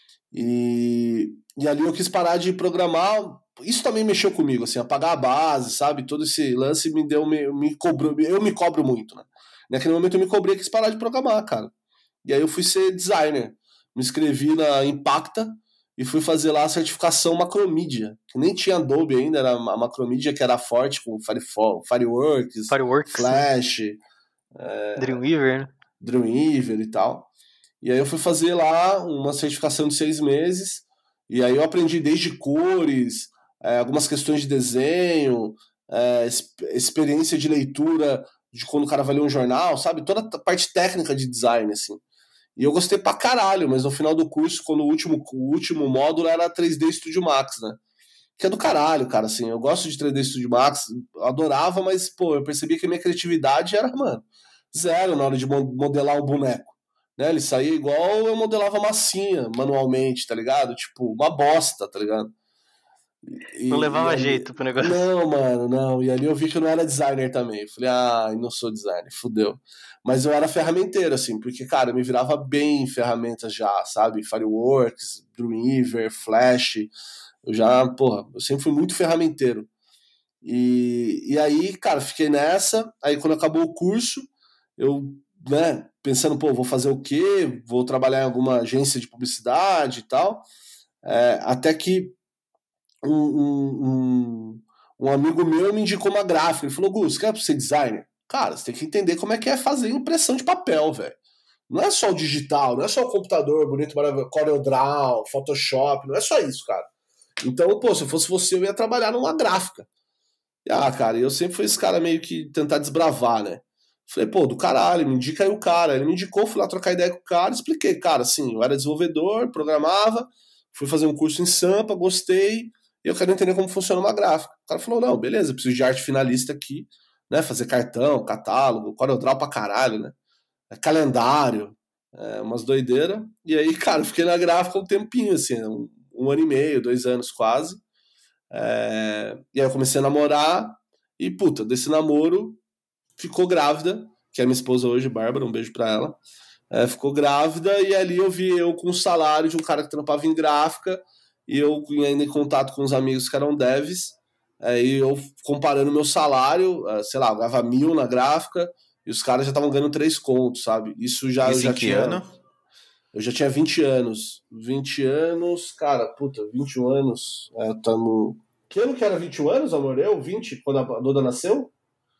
E, e ali eu quis parar de programar. Isso também mexeu comigo, assim, apagar a base, sabe? Todo esse lance me deu, me, me cobrou, eu me cobro muito, né? Naquele momento eu me cobrei e quis parar de programar, cara. E aí eu fui ser designer. Me inscrevi na Impacta e fui fazer lá a certificação Macromedia, que nem tinha Adobe ainda, era a Macromedia que era forte com Fireworks, Fireworks, Flash, é... Dreamweaver, né? Dreamweaver e tal. E aí eu fui fazer lá uma certificação de seis meses, e aí eu aprendi desde cores, é, algumas questões de desenho, é, experiência de leitura de quando o cara vai ler um jornal, sabe? Toda a parte técnica de design, assim. E eu gostei pra caralho, mas no final do curso, quando o último, o último módulo era três D Studio Max, né? Que é do caralho, cara, assim. Eu gosto de três D Studio Max, adorava, mas, pô, eu percebi que a minha criatividade era, mano, zero na hora de modelar um boneco. Né? Ele saía igual eu modelava massinha manualmente, tá ligado? Tipo, uma bosta, tá ligado? E, não levava ali... jeito pro negócio. Não, mano, não. E ali eu vi que eu não era designer também. Eu falei, ah, eu não sou designer, fudeu. Mas eu era ferramenteiro, assim, porque, cara, eu me virava bem em ferramentas já, sabe? Fireworks, Dreamweaver, Flash. Eu já, porra, eu sempre fui muito ferramenteiro. E, e aí, cara, fiquei nessa. Aí quando acabou o curso, eu, né, pensando, pô, vou fazer o quê? Vou trabalhar em alguma agência de publicidade e tal. É, até que um, um, um, um amigo meu me indicou uma gráfica. Ele falou, Gus, quer ser designer? Cara, você tem que entender como é que é fazer impressão de papel, velho. Não é só o digital, não é só o computador bonito, maravilhoso, CorelDRAW, Photoshop, não é só isso, cara. Então, pô, se eu fosse você, eu ia trabalhar numa gráfica. Ah, cara, eu sempre fui esse cara meio que tentar desbravar, né? Falei, pô, do caralho, me indica aí o cara. Ele me indicou, fui lá trocar ideia com o cara, expliquei, cara, assim, eu era desenvolvedor, programava, fui fazer um curso em Sampa, gostei, e eu quero entender como funciona uma gráfica. O cara falou, não, beleza, eu preciso de arte finalista aqui, né, fazer cartão, catálogo, CorelDRAW pra caralho, né, calendário, é, umas doideiras. E aí, cara, eu fiquei na gráfica um tempinho, assim, um, um ano e meio, dois anos quase. É, e aí eu comecei a namorar, e puta, desse namoro ficou grávida, que é minha esposa hoje, Bárbara, um beijo pra ela. É, ficou grávida, e ali eu vi eu com o salário de um cara que trampava em gráfica, e eu ainda em contato com os amigos que eram devs, é, e eu comparando meu salário, é, sei lá, eu ganhava mil na gráfica, e os caras já estavam ganhando três contos, sabe? Isso já, Isso eu já em que tinha. ano? Eu já tinha vinte anos. vinte anos, cara, puta, vinte e um anos. É, tamo... Que ano que era vinte e um anos, amor? Eu, vinte, quando a Duda nasceu?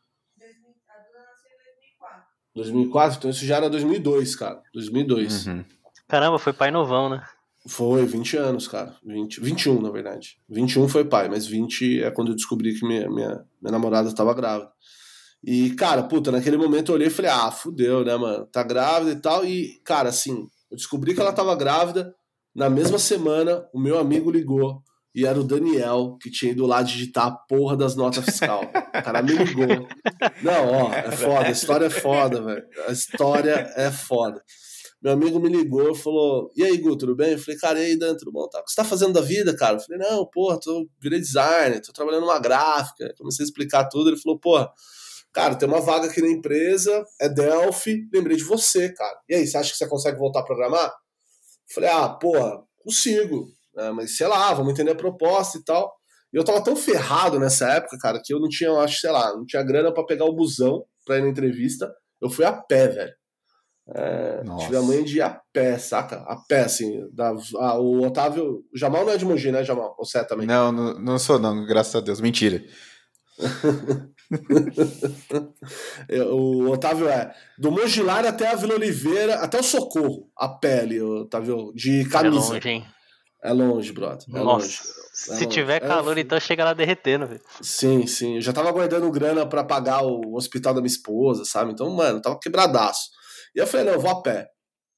dois mil e quatro, então isso já era dois mil e dois, cara. dois mil e dois. Uhum. Caramba, foi pai novão, né? Foi, vinte anos, cara. vinte, vinte e um, na verdade. vinte e um foi pai, mas vinte é quando eu descobri que minha, minha, minha namorada estava grávida. E, cara, puta, naquele momento eu olhei e falei, ah, fudeu, né, mano? Tá grávida e tal. E, cara, assim, eu descobri que ela tava grávida. Na mesma semana, o meu amigo ligou. E era o Daniel, que tinha ido lá digitar a porra das notas fiscal. O cara me ligou. Não, ó, é foda, a história é foda, velho. A história é foda. Meu amigo me ligou e falou, e aí, Gu, tudo bem? Eu falei, cara, e aí, Dan, tudo bom? O que você tá fazendo da vida, cara? Eu falei, não, porra, tô, virei designer, tô trabalhando numa gráfica. Comecei a explicar tudo, ele falou, porra, cara, tem uma vaga aqui na empresa, é Delphi, lembrei de você, cara. E aí, você acha que você consegue voltar a programar? Eu falei, ah, porra, consigo. É, mas sei lá, vamos entender a proposta e tal. E eu tava tão ferrado nessa época, cara, que eu não tinha, acho, sei lá, não tinha grana pra pegar o busão pra ir na entrevista. Eu fui a pé, velho. É, tive a manha de ir a pé, saca? A pé, assim. Da, a, o Otávio. O Jamal não é de Mogi, né, Jamal? Você é também? Não, não, não sou, não, graças a Deus. Mentira. O Otávio é do Mogilar até a Vila Oliveira, até o Socorro, a pé ali, Otávio, de camisa. É longe, hein? É longe, brother. É Nossa, longe. se É longe. tiver calor, é... então chega lá derretendo, velho. Sim, sim. Eu já tava guardando grana pra pagar o hospital da minha esposa, sabe? Então, mano, tava quebradaço. E eu falei, não, eu vou a pé.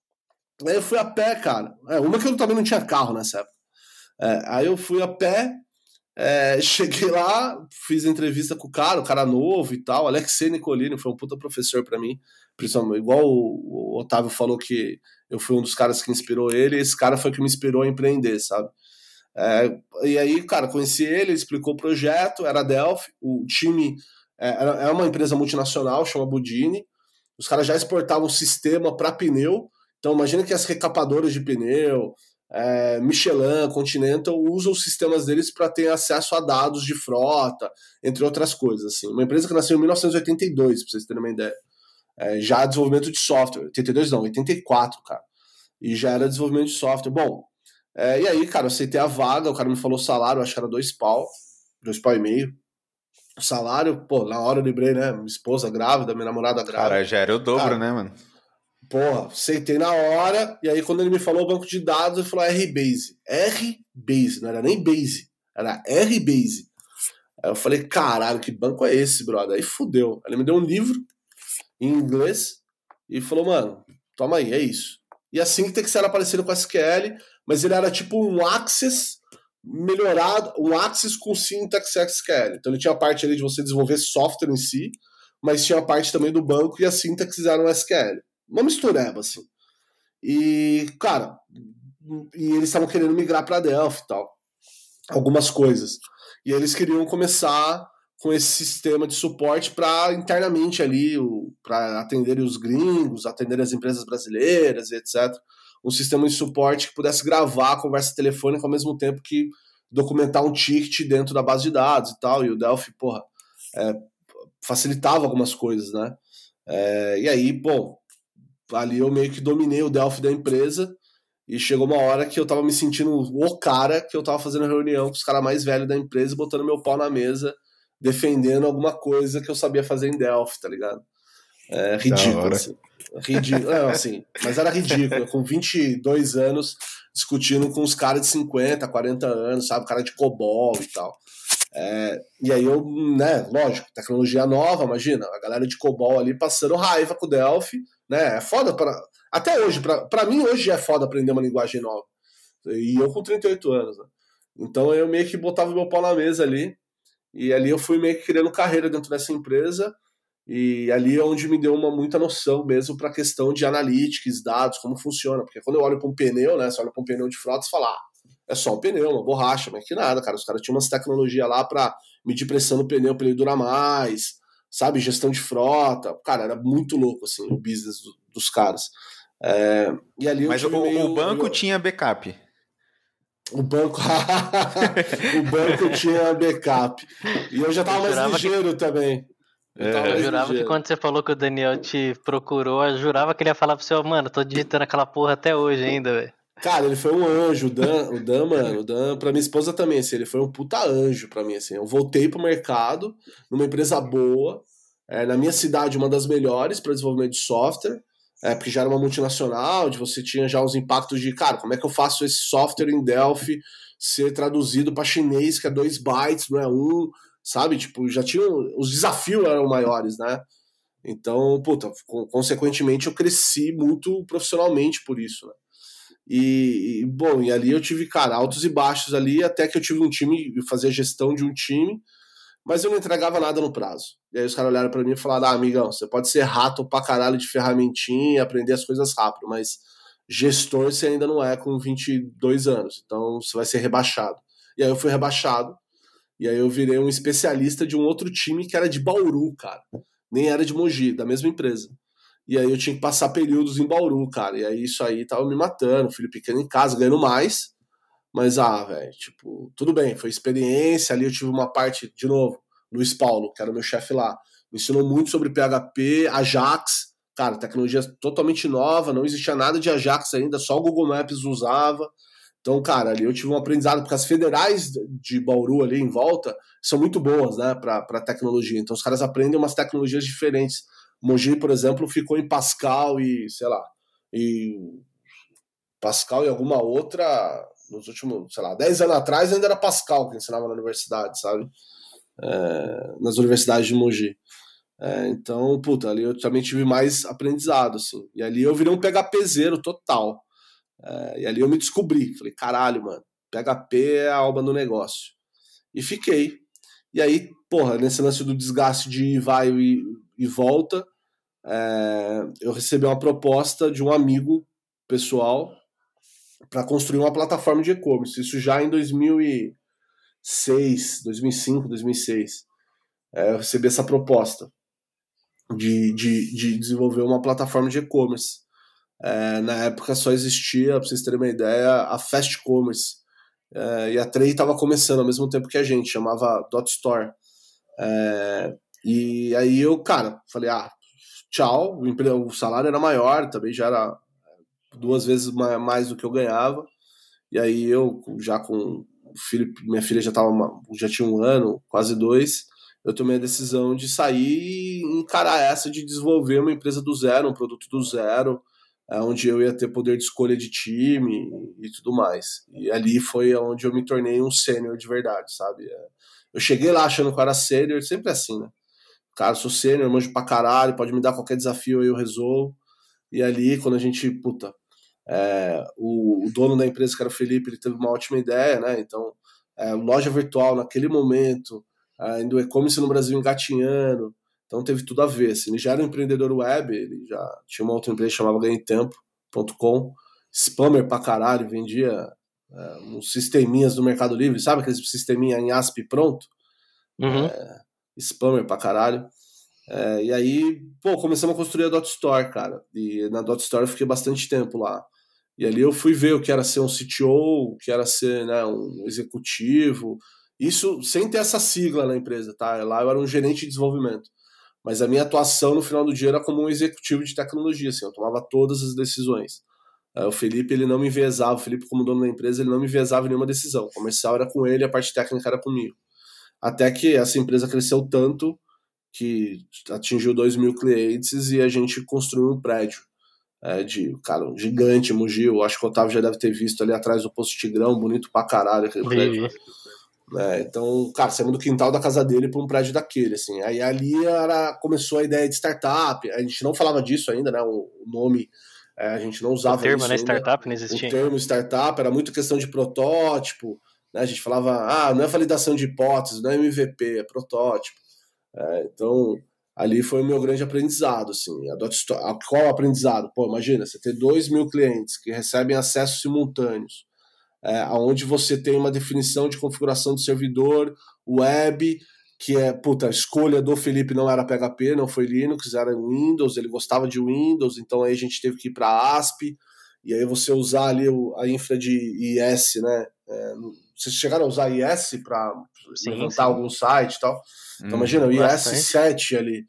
Aí eu fui a pé, cara. É, uma que eu também não tinha carro nessa época. É, aí eu fui a pé, é, cheguei lá, fiz entrevista com o cara, o cara novo e tal. Alexei Nicolini foi um puta professor pra mim. Principalmente, igual o, o Otávio falou que eu fui um dos caras que inspirou ele, esse cara foi que me inspirou a empreender, sabe? É, e aí, cara, conheci ele, ele explicou o projeto, era Delphi, o time é, é uma empresa multinacional, chama Budini, os caras já exportavam um sistema para pneu, então imagina que as recapadoras de pneu, é, Michelin, Continental, usam os sistemas deles para ter acesso a dados de frota, entre outras coisas, assim. Uma empresa que nasceu em mil novecentos e oitenta e dois, pra vocês terem uma ideia. É, já desenvolvimento de software, oitenta e dois não, oitenta e quatro, cara, e já era desenvolvimento de software. Bom, é, e aí, cara, eu aceitei a vaga, o cara me falou o salário, acho que era dois pau, dois pau e meio. O salário, pô, na hora eu lembrei, né, minha esposa grávida, minha namorada grávida. Cara, já era o dobro, cara, né, mano? Porra, aceitei na hora, e aí quando ele me falou o banco de dados, ele falou R-Base. R-Base, não era nem Base, era R-Base. Aí eu falei, caralho, que banco é esse, brother? Aí fudeu. Ele me deu um livro em inglês e falou, mano, toma aí, é isso. E assim que tem que ser parecido com S Q L, mas ele era tipo um Access melhorado, um Access com Syntax S Q L. Então ele tinha a parte ali de você desenvolver software em si, mas tinha a parte também do banco e a Syntax era um S Q L. Uma mistureba, assim. E, cara, e eles estavam querendo migrar para Delphi e tal. Algumas coisas. E eles queriam começar com esse sistema de suporte para internamente ali, para atender os gringos, atender as empresas brasileiras e etcétera. Um sistema de suporte que pudesse gravar a conversa telefônica ao mesmo tempo que documentar um ticket dentro da base de dados e tal. E o Delphi, porra, é, facilitava algumas coisas, né? É, e aí, bom, ali eu meio que dominei o Delphi da empresa e chegou uma hora que eu tava me sentindo o cara que eu tava fazendo reunião com os caras mais velhos da empresa, botando meu pau na mesa, defendendo alguma coisa que eu sabia fazer em Delphi, tá ligado? É ridículo, assim. ridículo, é, assim, mas era ridículo, com vinte e dois anos, discutindo com os caras de cinquenta, quarenta anos, sabe, cara de COBOL e tal. É, e aí eu, né, lógico, tecnologia nova, imagina, a galera de COBOL ali passando raiva com o Delphi, né, é foda, pra, até hoje, pra, pra mim hoje é foda aprender uma linguagem nova, e eu com trinta e oito anos, né, então eu meio que botava meu pau na mesa ali, e ali eu fui meio que criando carreira dentro dessa empresa, e ali é onde me deu uma muita noção mesmo para a questão de analytics, dados, como funciona, porque quando eu olho para um pneu, né, você olha para um pneu de frota e fala, ah, é só um pneu, uma borracha, mas que nada, cara. Os caras tinham umas tecnologias lá pra medir pressão no pneu pra ele durar mais, sabe? Gestão de frota. Cara, era muito louco, assim, o business do, dos caras. É, e ali mas o, meio, o banco eu... tinha backup. O banco... o banco tinha backup. E eu já tava eu mais ligeiro que... também. Eu, é. eu jurava ligeiro. Que quando você falou que o Daniel te procurou, eu jurava que ele ia falar pro seu, mano, tô digitando aquela porra até hoje ainda, velho. Cara, ele foi um anjo, o Dan, o Dan, mano, o Dan, pra minha esposa também, assim, ele foi um puta anjo pra mim, assim, eu voltei pro mercado, numa empresa boa, é, na minha cidade, uma das melhores para desenvolvimento de software, é, porque já era uma multinacional, onde você tinha já os impactos de, cara, como é que eu faço esse software em Delphi ser traduzido pra chinês, que é dois bytes, não é um, sabe, tipo, já tinha, os desafios eram maiores, né, então, puta, consequentemente eu cresci muito profissionalmente por isso, né. E, e, bom, e ali eu tive, cara, altos e baixos ali, até que eu tive um time, eu fazia gestão de um time, mas eu não entregava nada no prazo. E aí os caras olharam pra mim e falaram, ah, amigão, você pode ser rato pra caralho de ferramentinha, aprender as coisas rápido, mas gestor você ainda não é com vinte e dois anos, então você vai ser rebaixado. E aí eu fui rebaixado, e aí eu virei um especialista de um outro time que era de Bauru, cara, nem era de Mogi, da mesma empresa. E aí eu tinha que passar períodos em Bauru, cara. E aí isso aí tava me matando, filho pequeno em casa, ganhando mais. Mas, ah, velho, tipo, tudo bem, foi experiência. Ali eu tive uma parte, de novo, Luiz Paulo, que era o meu chefe lá. Me ensinou muito sobre P H P, Ajax. Cara, tecnologia totalmente nova, não existia nada de Ajax ainda, só o Google Maps usava. Então, cara, ali eu tive um aprendizado, porque as federais de Bauru ali em volta são muito boas, né, pra, pra tecnologia. Então os caras aprendem umas tecnologias diferentes. Mogi, por exemplo, ficou em Pascal e, sei lá, e Pascal e alguma outra, nos últimos, sei lá, dez anos atrás ainda era Pascal que ensinava na universidade, sabe? É, nas universidades de Mogi. É, então, puta, ali eu também tive mais aprendizado, assim. E ali eu virei um PHPzeiro total. É, e ali eu me descobri. Falei, caralho, mano, P H P é a alma do negócio. E fiquei. E aí, porra, nesse lance do desgaste de vai e, e volta, é, eu recebi uma proposta de um amigo pessoal para construir uma plataforma de e-commerce. Isso já em dois mil e seis, dois mil e cinco, dois mil e seis. É, eu recebi essa proposta de, de, de desenvolver uma plataforma de e-commerce. É, na época só existia, para vocês terem uma ideia, a Fast Commerce. É, e a Trey estava começando ao mesmo tempo que a gente, chamava Dot Store. É, e aí eu, cara, falei, ah, tchau, o, o salário era maior, também já era duas vezes mais do que eu ganhava. E aí eu, já com o filho, minha filha já, tava uma, já tinha um ano, quase dois, eu tomei a decisão de sair e encarar essa de desenvolver uma empresa do zero, um produto do zero, onde eu ia ter poder de escolha de time e tudo mais. E ali foi onde eu me tornei um sênior de verdade, sabe? Eu cheguei lá achando que eu era sênior, sempre assim, né? Cara, sou sênior, manjo pra caralho, pode me dar qualquer desafio aí eu resolvo. E ali, quando a gente, puta, é, o, o dono da empresa, que era o Felipe, ele teve uma ótima ideia, né? Então, é, loja virtual naquele momento, ainda o e-commerce no Brasil engatinhando, então teve tudo a ver, assim. Ele já era um empreendedor web, ele já tinha uma outra empresa que chamava ganhe tempo ponto com, spammer pra caralho, vendia é, uns sisteminhas do Mercado Livre, sabe aqueles sisteminha em A S P pronto? Uhum. É, spammer pra caralho. É, e aí, pô, começamos a construir a Dot Store, cara. E na Dot Store eu fiquei bastante tempo lá. E ali eu fui ver o que era ser um C T O, o que era ser, né, um executivo. Isso sem ter essa sigla na empresa, tá? Lá eu era um gerente de desenvolvimento. Mas a minha atuação no final do dia era como um executivo de tecnologia, assim, eu tomava todas as decisões. É, o Felipe, ele não me enviesava, o Felipe como dono da empresa, ele não me enviesava em nenhuma decisão. O comercial era com ele, a parte técnica era comigo. Até que essa empresa cresceu tanto que atingiu dois mil clientes e a gente construiu um prédio é, de, cara, um gigante, Mogi. Eu acho que o Otávio já deve ter visto ali atrás do Posto Tigrão, bonito pra caralho aquele prédio. É, então, cara, saímos do quintal da casa dele para um prédio daquele, assim. Aí ali era, começou a ideia de startup. A gente não falava disso ainda, né? O, o nome é, a gente não usava. O termo, isso né? ainda. Startup não existia. O termo startup era muito questão de protótipo, né? A gente falava, ah, não é validação de hipóteses, não é M V P, é protótipo. É, então, ali foi o meu grande aprendizado, assim. A Dot Store, qual o aprendizado? Pô, imagina, você ter dois mil clientes que recebem acessos simultâneos. É, onde você tem uma definição de configuração do servidor web, que é, puta, a escolha do Felipe não era P H P, não foi Linux, era Windows, ele gostava de Windows, então aí a gente teve que ir para A S P, e aí você usar ali o, a infra de I S, né? É, vocês chegaram a usar I S para levantar sim. algum site e tal? Então hum, imagina, o I S sete ali.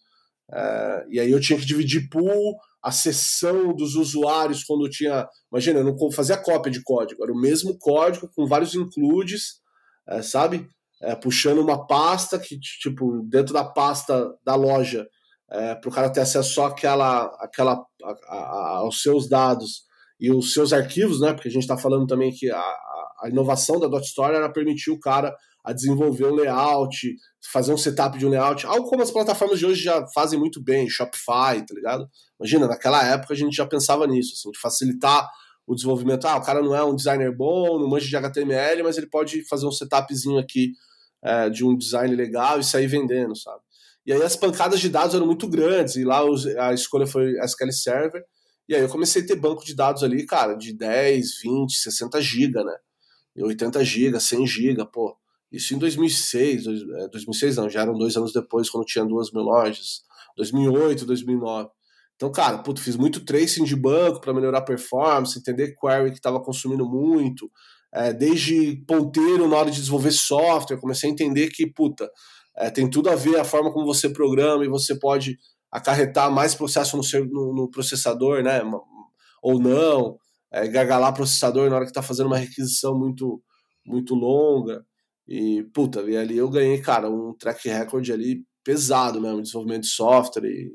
É, e aí eu tinha que dividir pool, a sessão dos usuários quando tinha... Imagina, eu não fazia cópia de código, era o mesmo código com vários includes, é, sabe? É, puxando uma pasta que, tipo, dentro da pasta da loja, é, para o cara ter acesso só àquela, àquela, a, a, aos seus dados e os seus arquivos, né? Porque a gente está falando também que a, a inovação da Dot Store era permitir o cara a desenvolver um layout, fazer um setup de um layout, algo como as plataformas de hoje já fazem muito bem, Shopify, tá ligado? Imagina, naquela época a gente já pensava nisso, assim, de facilitar o desenvolvimento. Ah, o cara não é um designer bom, não manja de H T M L, mas ele pode fazer um setupzinho aqui é, de um design legal e sair vendendo, sabe? E aí as pancadas de dados eram muito grandes, e lá a escolha foi S Q L Server, e aí eu comecei a ter banco de dados ali, cara, de dez, vinte, sessenta gigas, né? E oitenta gigas, cem gigas, pô. Isso em dois mil e seis, dois mil e seis não, já eram dois anos depois, quando tinha duas mil lojas, dois mil e oito, dois mil e nove. Então, cara, puto, fiz muito tracing de banco para melhorar a performance, entender query que estava consumindo muito, é, desde ponteiro na hora de desenvolver software, comecei a entender que, puta, é, tem tudo a ver a forma como você programa e você pode acarretar mais processo no, seu, no, no processador, né, ou não, é, gargalar processador na hora que está fazendo uma requisição muito, muito longa. E, puta, e ali eu ganhei, cara, um track record ali pesado mesmo, desenvolvimento de software, e,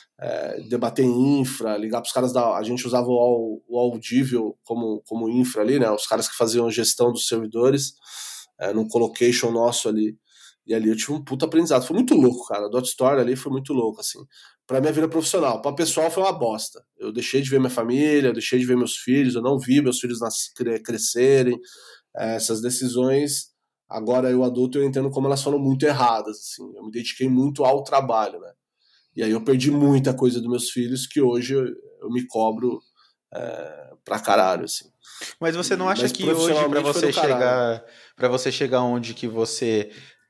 é, debater em infra, ligar pros caras da... A gente usava o, o Audible como, como infra ali, né? Os caras que faziam a gestão dos servidores, é, num colocation nosso ali. E ali eu tive um puta aprendizado. Foi muito louco, cara. A Dot Store ali foi muito louco, assim. Pra minha vida profissional. Pra pessoal foi uma bosta. Eu deixei de ver minha família, eu deixei de ver meus filhos, eu não vi meus filhos nas... crescerem. É, essas decisões... Agora, eu adulto, eu entendo como elas foram muito erradas, assim. Eu me dediquei muito ao trabalho, né? E aí eu perdi muita coisa dos meus filhos que hoje eu, eu me cobro é, pra caralho, assim. Mas você não acha Mas, que hoje, pra você chegar para você chegar onde que você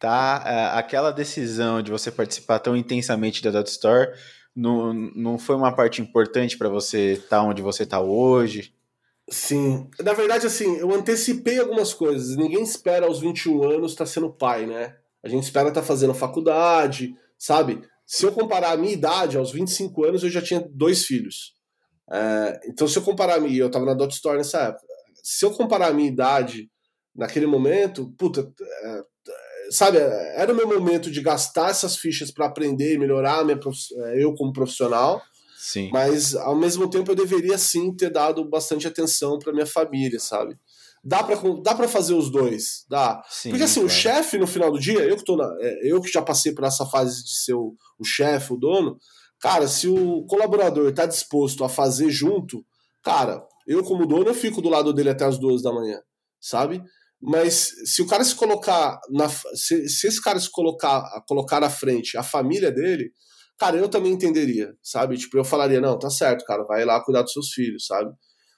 tá, aquela decisão de você participar tão intensamente da Dot Store não, não foi uma parte importante pra você estar tá onde você tá hoje? Sim, na verdade, assim, eu antecipei algumas coisas. Ninguém espera aos vinte e um anos estar tá sendo pai, né? A gente espera estar tá fazendo faculdade, sabe? Se eu comparar a minha idade, aos vinte e cinco anos, eu já tinha dois filhos. É, então, se eu comparar a minha... Eu tava na Dot Store nessa época. Se eu comparar a minha idade naquele momento, puta, é, sabe? Era o meu momento de gastar essas fichas para aprender e melhorar a minha, eu como profissional. Sim. Mas, ao mesmo tempo, eu deveria, sim, ter dado bastante atenção para minha família, sabe? Dá pra, dá pra fazer os dois, dá. Sim, porque, assim, claro. O chefe, no final do dia, eu que, tô na, eu que já passei por essa fase de ser o, o chefe, o dono, cara, se o colaborador tá disposto a fazer junto, cara, eu como dono, eu fico do lado dele até as duas da manhã, sabe? Mas se o cara se colocar, na, se, se esse cara se colocar, colocar à frente a família dele, cara, eu também entenderia, sabe? Tipo, eu falaria, não, tá certo, cara, vai lá cuidar dos seus filhos, sabe?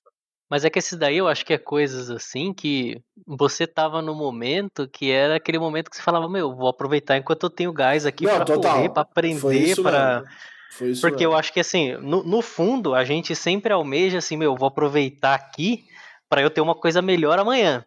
Mas é que esse daí eu acho que é coisas assim que você tava no momento que era aquele momento que você falava, meu, vou aproveitar enquanto eu tenho gás aqui não, pra total. correr, pra aprender, pra... Foi isso Porque mesmo. Eu acho que assim, no, no fundo, a gente sempre almeja assim, meu, vou aproveitar aqui pra eu ter uma coisa melhor amanhã.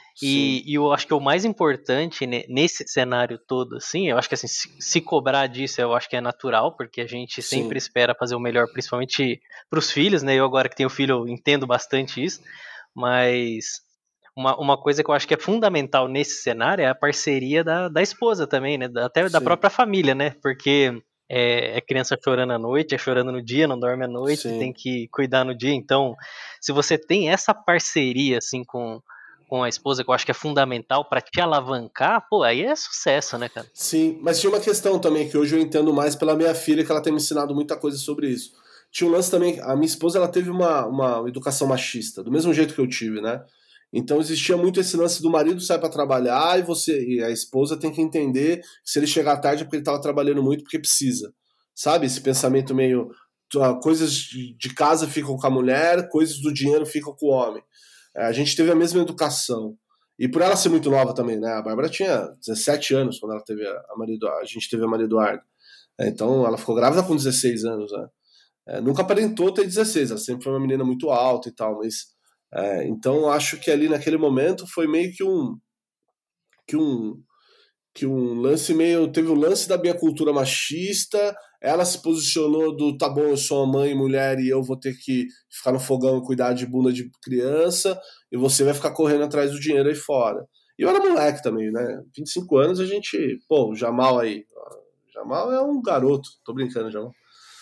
E, e eu acho que o mais importante né, nesse cenário todo, assim, eu acho que assim, se, se cobrar disso, eu acho que é natural, porque a gente sempre Sim. espera fazer o melhor, principalmente pros filhos, né? Eu agora que tenho filho, eu entendo bastante isso, mas uma, uma coisa que eu acho que é fundamental nesse cenário é a parceria da, da esposa também, né? Até da Sim. própria família, né? Porque é, é criança chorando à noite, é chorando no dia, não dorme à noite, Sim. tem que cuidar no dia. Então, se você tem essa parceria, assim, com, com a esposa, que eu acho que é fundamental pra te alavancar, pô, aí é sucesso, né, cara? Sim, mas tinha uma questão também que hoje eu entendo mais pela minha filha, que ela tem me ensinado muita coisa sobre isso. Tinha um lance também, a minha esposa ela teve uma, uma educação machista, do mesmo jeito que eu tive, né? Então existia muito esse lance do marido sai pra trabalhar e você e a esposa tem que entender que se ele chegar tarde é porque ele tava trabalhando muito porque precisa. Sabe? Esse pensamento meio coisas de casa ficam com a mulher, coisas do dinheiro ficam com o homem. A gente teve a mesma educação. E por ela ser muito nova também, né? A Bárbara tinha dezessete anos quando ela teve a Maria Eduarda, a gente teve a Maria Eduarda. Então ela ficou grávida com dezesseis anos, né? É, nunca aparentou ter dezesseis, ela sempre foi uma menina muito alta e tal, mas é, então acho que ali naquele momento foi meio que um que um que um lance meio teve o lance da minha cultura machista, ela se posicionou do tá bom, eu sou uma mãe mulher e eu vou ter que ficar no fogão e cuidar de bunda de criança e você vai ficar correndo atrás do dinheiro aí fora. E eu era moleque também, né? vinte e cinco anos a gente, pô, o Jamal aí, o Jamal é um garoto, tô brincando, Jamal.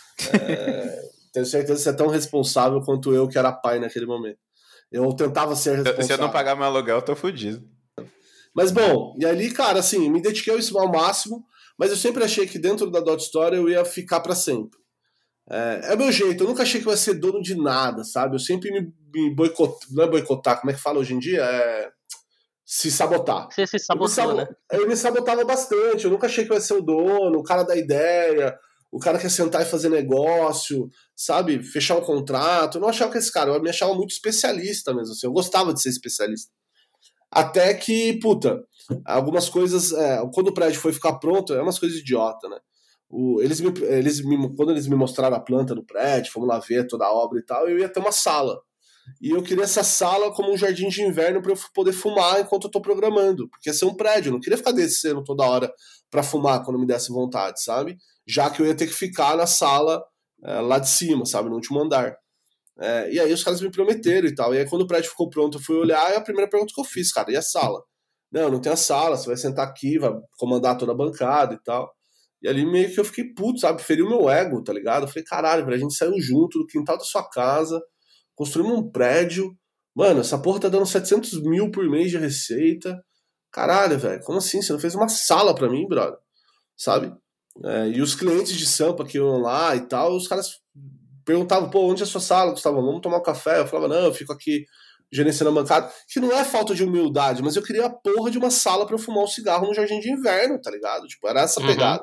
É, tenho certeza que você é tão responsável quanto eu que era pai naquele momento. Eu tentava ser responsável. Se eu não pagar meu aluguel, eu tô fudido. Mas bom, e ali, cara, assim, me dediquei ao máximo, mas eu sempre achei que dentro da Dot Store eu ia ficar pra sempre. É, é o meu jeito, eu nunca achei que eu ia ser dono de nada, sabe? Eu sempre me, me boicotar, não é boicotar, como é que fala hoje em dia? É se sabotar. Você se sabotou, eu me, né? Eu me sabotava bastante, eu nunca achei que eu ia ser o dono, o cara da ideia, o cara que ia sentar e fazer negócio, sabe? Fechar um contrato. Eu não achava que esse cara, eu me achava muito especialista mesmo, assim, eu gostava de ser especialista. Até que, puta, algumas coisas, é, quando o prédio foi ficar pronto, é umas coisas idiota, né? O, eles me, eles me, quando eles me mostraram a planta do prédio, fomos lá ver toda a obra e tal, eu ia ter uma sala. E eu queria essa sala como um jardim de inverno para eu poder fumar enquanto eu tô programando, porque ia ser um prédio, eu não queria ficar descendo toda hora para fumar quando me desse vontade, sabe? Já que eu ia ter que ficar na sala é, lá de cima, sabe? No último andar. É, e aí os caras me prometeram e tal. E aí quando o prédio ficou pronto, eu fui olhar e a primeira pergunta que eu fiz, cara, e a sala? Não, não tem a sala, você vai sentar aqui, vai comandar toda a bancada e tal. E ali meio que eu fiquei puto, sabe? Feriu meu ego, tá ligado? Eu falei, caralho, velho, a gente saiu junto do quintal da sua casa, construímos um prédio. Mano, essa porra tá dando setecentos mil por mês de receita. Caralho, velho, como assim? Você não fez uma sala pra mim, brother? Sabe? É, e os clientes de Sampa que iam lá e tal, os caras perguntavam, pô, onde é a sua sala, Gustavo? Vamos tomar um café? Eu falava, não, eu fico aqui gerenciando a bancada. Que não é falta de humildade, mas eu queria a porra de uma sala pra eu fumar um cigarro no jardim de inverno, tá ligado? Tipo, era essa pegada. Uhum.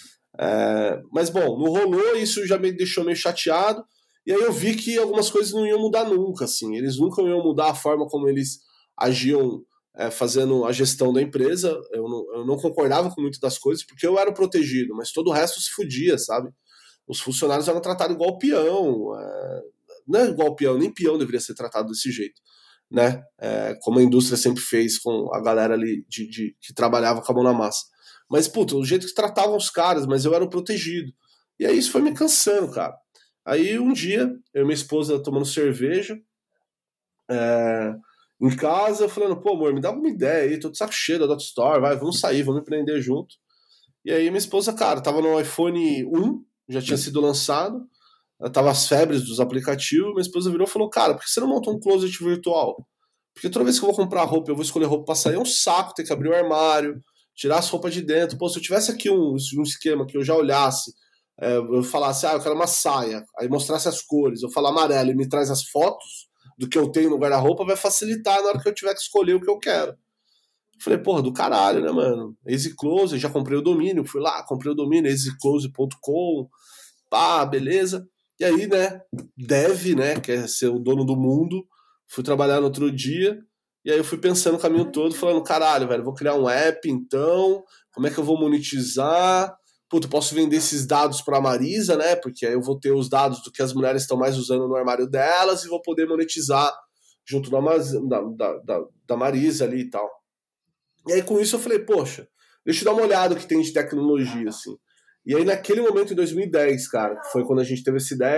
É, mas, bom, não rolou, isso já me deixou meio chateado. E aí eu vi que algumas coisas não iam mudar nunca, assim. Eles nunca iam mudar a forma como eles agiam é, fazendo a gestão da empresa. Eu não, eu não concordava com muito das coisas, porque eu era o protegido, mas todo o resto se fudia, sabe? Os funcionários eram tratados igual peão. É, não é igual peão, nem peão deveria ser tratado desse jeito, né? É, como a indústria sempre fez com a galera ali de, de, que trabalhava com a mão na massa. Mas, puta, o jeito que tratavam os caras, mas eu era o protegido. E aí isso foi me cansando, cara. Aí um dia, eu e minha esposa tomando cerveja, é, em casa, falando, pô, amor, me dá uma ideia aí, tô de saco cheio da Dot Store, vai, vamos sair, vamos empreender junto. E aí minha esposa, cara, tava no iPhone um, já tinha sido lançado, tava as febres dos aplicativos, minha esposa virou e falou, cara, por que você não monta um closet virtual? Porque toda vez que eu vou comprar roupa, eu vou escolher roupa pra sair, é um saco ter que abrir o armário, tirar as roupas de dentro. Pô, se eu tivesse aqui um, um esquema que eu já olhasse, é, eu falasse, ah, eu quero uma saia, aí mostrasse as cores, eu falar amarelo e me traz as fotos do que eu tenho no guarda-roupa, vai facilitar na hora que eu tiver que escolher o que eu quero. Eu falei, porra, do caralho, né, mano? Easy Close, já comprei o domínio, fui lá, comprei o domínio, easy close ponto com, pá, beleza. E aí, né, Dev, né, quer ser o dono do mundo, fui trabalhar no outro dia, e aí eu fui pensando o caminho todo, falando, caralho, velho, vou criar um app, então, como é que eu vou monetizar? Puta, eu posso vender esses dados pra Marisa, né, porque aí eu vou ter os dados do que as mulheres estão mais usando no armário delas, e vou poder monetizar junto da, da, da, da Marisa ali e tal. E aí com isso eu falei, poxa, deixa eu dar uma olhada no que tem de tecnologia, assim. E aí naquele momento, em dois mil e dez, cara, que foi quando a gente teve essa ideia,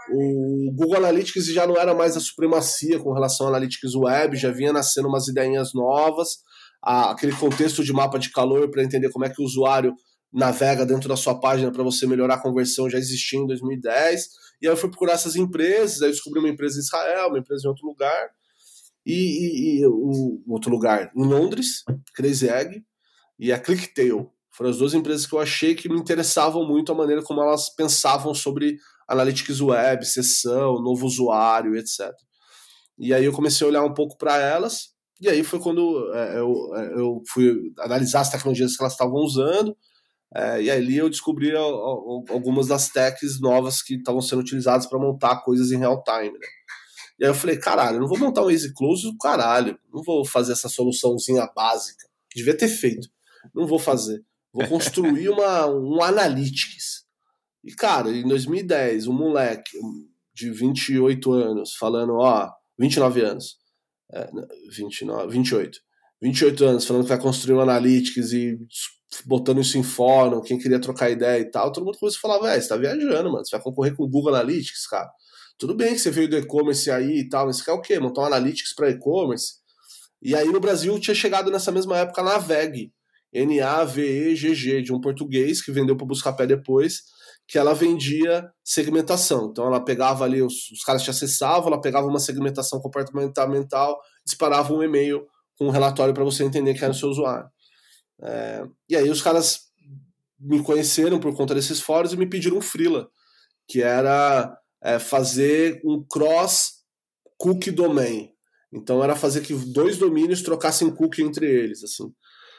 o Google Analytics já não era mais a supremacia com relação ao Analytics Web, já vinha nascendo umas ideinhas novas, a, aquele contexto de mapa de calor para entender como é que o usuário navega dentro da sua página para você melhorar a conversão já existia em dois mil e dez, e aí eu fui procurar essas empresas, aí eu descobri uma empresa em Israel, uma empresa em outro lugar, e, e, e o outro lugar em Londres, Crazy Egg, e a ClickTail. Foram as duas empresas que eu achei que me interessavam muito a maneira como elas pensavam sobre Analytics Web, sessão, novo usuário, etcétera. E aí eu comecei a olhar um pouco para elas, e aí foi quando é, eu, eu fui analisar as tecnologias que elas estavam usando, é, e ali eu descobri a, a, algumas das techs novas que estavam sendo utilizadas para montar coisas em real time, né? E aí eu falei, caralho, eu não vou montar um Easy Close do caralho, não vou fazer essa soluçãozinha básica, devia ter feito, não vou fazer. Vou construir uma, um Analytics. E, cara, em dois mil e dez, um moleque de vinte e oito anos falando, ó, vinte e nove anos, é, vinte e nove, vinte e oito, vinte e oito anos falando que vai construir um Analytics e botando isso em fórum, quem queria trocar ideia e tal, todo mundo começou a falar, velho, você tá viajando, mano, você vai concorrer com o Google Analytics, cara. Tudo bem que você veio do e-commerce aí e tal, mas você quer o quê? Montar um Analytics para e-commerce? E aí no Brasil tinha chegado nessa mesma época na Naveg, N A V E G G, de um português que vendeu para o Buscapé depois, que ela vendia segmentação. Então ela pegava ali, os, os caras te acessavam, ela pegava uma segmentação comportamental, disparava um e-mail com um relatório para você entender quem era o seu usuário. É, e aí os caras me conheceram por conta desses fóruns e me pediram um freela, que era é, fazer um cross cookie domain. Então era fazer que dois domínios trocassem cookie entre eles, assim.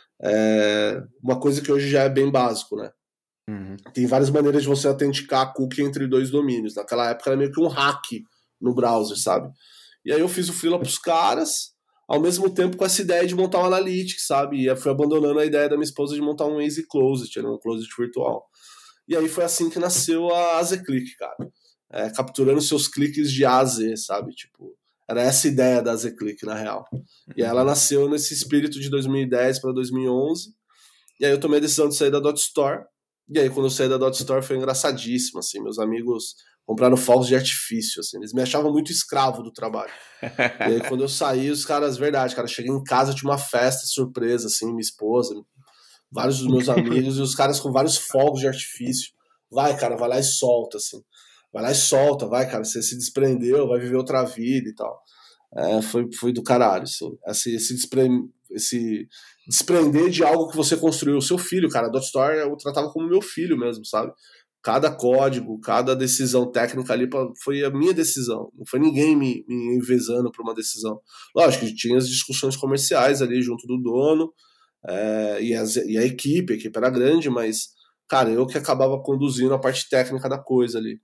É uma coisa que hoje já é bem básico, né? Uhum. Tem várias maneiras de você autenticar a cookie entre dois domínios. Naquela época era meio que um hack no browser, sabe? E aí eu fiz o freela pros caras, ao mesmo tempo com essa ideia de montar um Analytics, sabe? E eu fui abandonando a ideia da minha esposa de montar um Easy Closet, um closet virtual. E aí foi assim que nasceu a ZClick, cara. É, capturando seus cliques de A a Z, sabe? Tipo, era essa a ideia da ZClick, na real. E ela nasceu nesse espírito de dois mil e dez para dois mil e onze. E aí eu tomei a decisão de sair da Dot Store. E aí quando eu saí da Dot Store foi engraçadíssimo, assim. Meus amigos compraram fogos de artifício, assim. Eles me achavam muito escravo do trabalho. E aí quando eu saí, os caras, verdade, cara, cheguei em casa, tinha uma festa surpresa, assim, minha esposa, vários dos meus amigos, e os caras com vários fogos de artifício. Vai, cara, vai lá e solta, assim. Vai lá e solta, vai, cara, você se desprendeu, vai viver outra vida e tal. É, foi, foi do caralho, assim. Esse, esse, despre, esse desprender de algo que você construiu. O seu filho, cara, a Dot Store eu tratava como meu filho mesmo, sabe? Cada código, cada decisão técnica ali foi a minha decisão. Não foi ninguém me, me envezando para uma decisão. Lógico que tinha as discussões comerciais ali junto do dono é, e, as, e a equipe, a equipe era grande, mas, cara, eu que acabava conduzindo a parte técnica da coisa ali.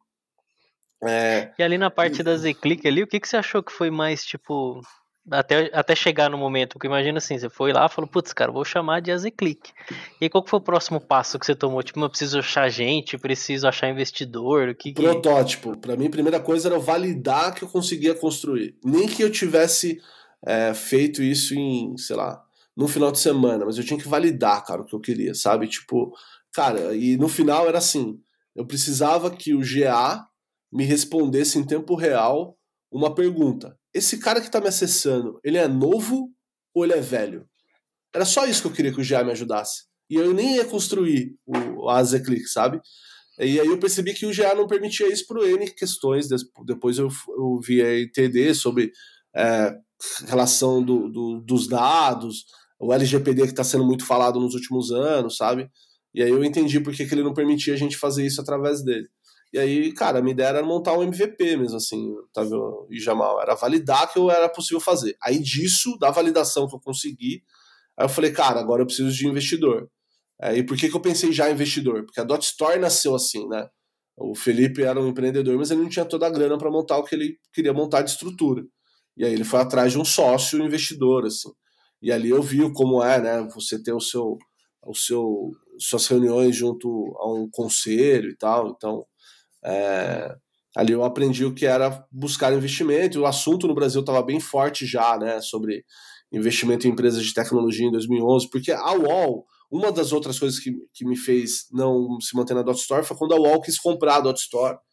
É, e ali na parte e... da ZClick ali, o que, que você achou que foi mais, tipo, até, até chegar no momento? Porque imagina assim, você foi lá e falou, putz, cara, vou chamar de ZClick. E aí, qual que foi o próximo passo que você tomou? Tipo, eu preciso achar gente, preciso achar investidor, o que Protótipo. Pra mim, a primeira coisa era validar que eu conseguia construir. Nem que eu tivesse é, feito isso em, sei lá, num final de semana, mas eu tinha que validar, cara, o que eu queria, sabe? Tipo, cara, e no final era assim, eu precisava que o G A me respondesse em tempo real uma pergunta. Esse cara que tá me acessando, ele é novo ou ele é velho? Era só isso que eu queria que o G A me ajudasse. E eu nem ia construir o, a ZClick, sabe? E aí eu percebi que o G A não permitia isso por N questões. Depois eu, eu vi a entender sobre é, relação do, do, dos dados, o L G P D que está sendo muito falado nos últimos anos, sabe? E aí eu entendi por que, que ele não permitia a gente fazer isso através dele. E aí, cara, a minha ideia era montar um M V P mesmo, assim, tá vendo? E Jamal, era validar que eu era possível fazer. Aí disso, da validação que eu consegui, aí eu falei, cara, agora eu preciso de investidor. É, e por que, que eu pensei já em investidor? Porque a Dot Store nasceu assim, né? O Felipe era um empreendedor, mas ele não tinha toda a grana para montar o que ele queria montar de estrutura. E aí ele foi atrás de um sócio investidor, assim. E ali eu vi como é, né? Você ter o seu, o seu, suas reuniões junto a um conselho e tal. Então, é, ali eu aprendi o que era buscar investimento. O assunto no Brasil estava bem forte já, né? Sobre investimento em empresas de tecnologia em dois mil e onze, porque a U O L, uma das outras coisas que, que me fez não se manter na Dot Store foi quando a U O L quis comprar a Dot Store.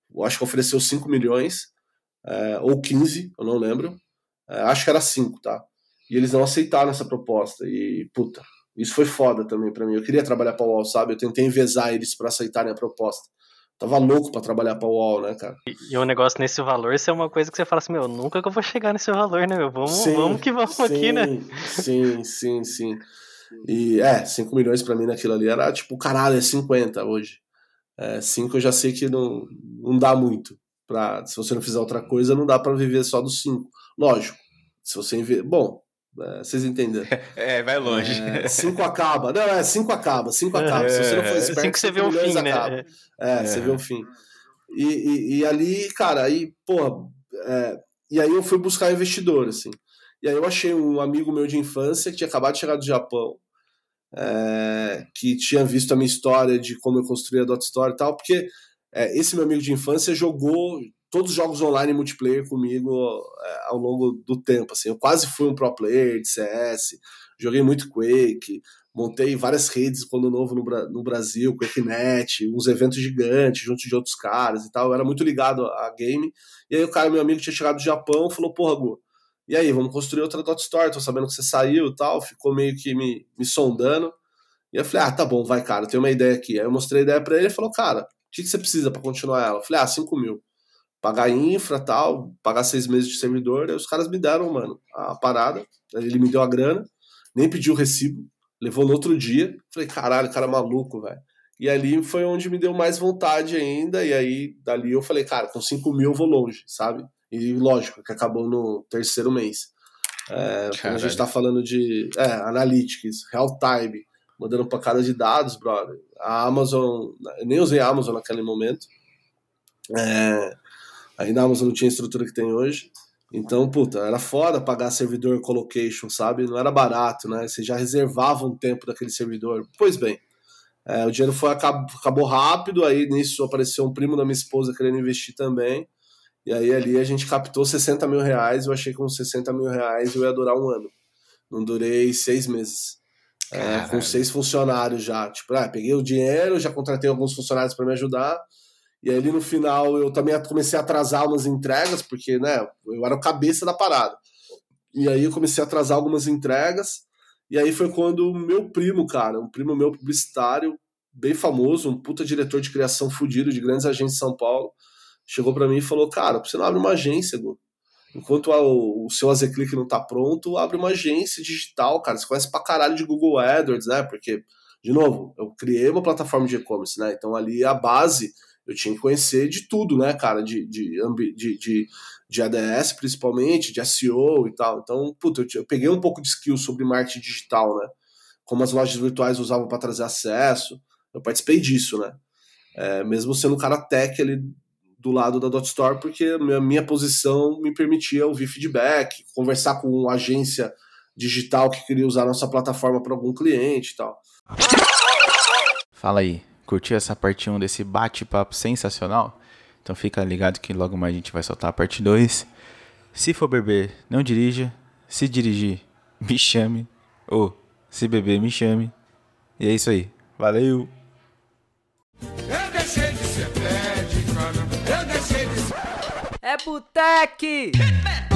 eu acho que ofereceu cinco milhões, é, ou quinze, eu não lembro. É, acho que era cinco, tá? E eles não aceitaram essa proposta. E, puta, isso foi foda também pra mim. Eu queria trabalhar pra U O L, sabe? Eu tentei envezar eles pra aceitarem a proposta. Tava louco pra trabalhar pra U O L, né, cara? E, e o negócio nesse valor, isso é uma coisa que você fala assim, meu, nunca que eu vou chegar nesse valor, né, meu? Vamos, sim, vamos que vamos sim, aqui, né? Sim, sim, sim. E, é, cinco milhões pra mim naquilo ali era, tipo, caralho, é cinquenta hoje. É, cinco eu já sei que não, não dá muito. Pra, se você não fizer outra coisa, não dá pra viver só dos cinco. Lógico, se você... Inve... Bom, é, vocês entenderam. É, vai longe. É, cinco acaba. Não, é, cinco acaba, cinco acaba. É, se você não for esperto, cinco você vê o fim, acaba. né? É, é, você vê o fim. E, e, e ali, cara, aí, porra, é, e aí eu fui buscar investidor, assim. E aí eu achei um amigo meu de infância que tinha acabado de chegar do Japão, é, que tinha visto a minha história de como eu construí a Dot Store e tal, porque é, esse meu amigo de infância jogou todos os jogos online e multiplayer comigo é, ao longo do tempo, assim. Eu quase fui um pro player de C S, joguei muito Quake, montei várias redes quando novo no, no Brasil, QuakeNet, uns eventos gigantes junto de outros caras e tal. Eu era muito ligado a game. E aí o cara, meu amigo, tinha chegado do Japão, falou, porra, Gu, e aí, vamos construir outra Dot Store, tô sabendo que você saiu e tal, ficou meio que me, me sondando. E eu falei, ah, tá bom, vai, cara, eu tenho uma ideia aqui. Aí eu mostrei a ideia pra ele, ele falou, cara, o que, que você precisa pra continuar ela? Eu falei, ah, cinco mil. Pagar infra e tal, pagar seis meses de servidor. Aí os caras me deram, mano, a parada. Ele me deu a grana, nem pediu o recibo, levou no outro dia. Falei, caralho, cara maluco, velho. E ali foi onde me deu mais vontade ainda. E aí, dali eu falei, cara, com cinco mil eu vou longe, sabe? E lógico, que acabou no terceiro mês. É, quando a gente tá falando de é, analytics, real time, mandando pancada de dados, brother. A Amazon, eu nem usei a Amazon naquele momento. É, ainda a Amazon não tinha a estrutura que tem hoje. Então, puta, era foda pagar servidor colocation, sabe? Não era barato, né? Você já reservava um tempo daquele servidor. Pois bem, é, o dinheiro foi, acabou, acabou rápido, aí nisso apareceu um primo da minha esposa querendo investir também. E aí ali a gente captou sessenta mil reais, eu achei que com sessenta mil reais eu ia durar um ano. Não durei seis meses. É, com seis funcionários já. Tipo, ah, peguei o dinheiro, já contratei alguns funcionários para me ajudar. E aí ali no final eu também comecei a atrasar umas entregas, porque, né, eu era o cabeça da parada. E aí eu comecei a atrasar algumas entregas. E aí foi quando o meu primo, cara, um primo meu publicitário, bem famoso, um puta diretor de criação fudido de grandes agências de São Paulo, chegou pra mim e falou, cara, por que você não abre uma agência, Gu? Enquanto a, o, o seu AZClick não tá pronto, abre uma agência digital, cara. Você conhece pra caralho de Google AdWords, né? Porque, de novo, eu criei uma plataforma de e-commerce, né? Então ali a base, eu tinha que conhecer de tudo, né, cara? De, de, de, de, de A D S, principalmente, de S E O e tal. Então, puta, eu, eu peguei um pouco de skill sobre marketing digital, né? Como as lojas virtuais usavam para trazer acesso. Eu participei disso, né? É, mesmo sendo um cara tech ali do lado da Dot Store, porque a minha, minha posição me permitia ouvir feedback, conversar com uma agência digital que queria usar a nossa plataforma para algum cliente e tal. Fala aí, curtiu essa parte um desse bate-papo sensacional? Então fica ligado que logo mais a gente vai soltar a parte dois. Se for beber, não dirija. Se dirigir, me chame. Ou se beber, me chame. E é isso aí. Valeu! Eu deixei de ser pé de cana, eu deixei de ser... É Boteque!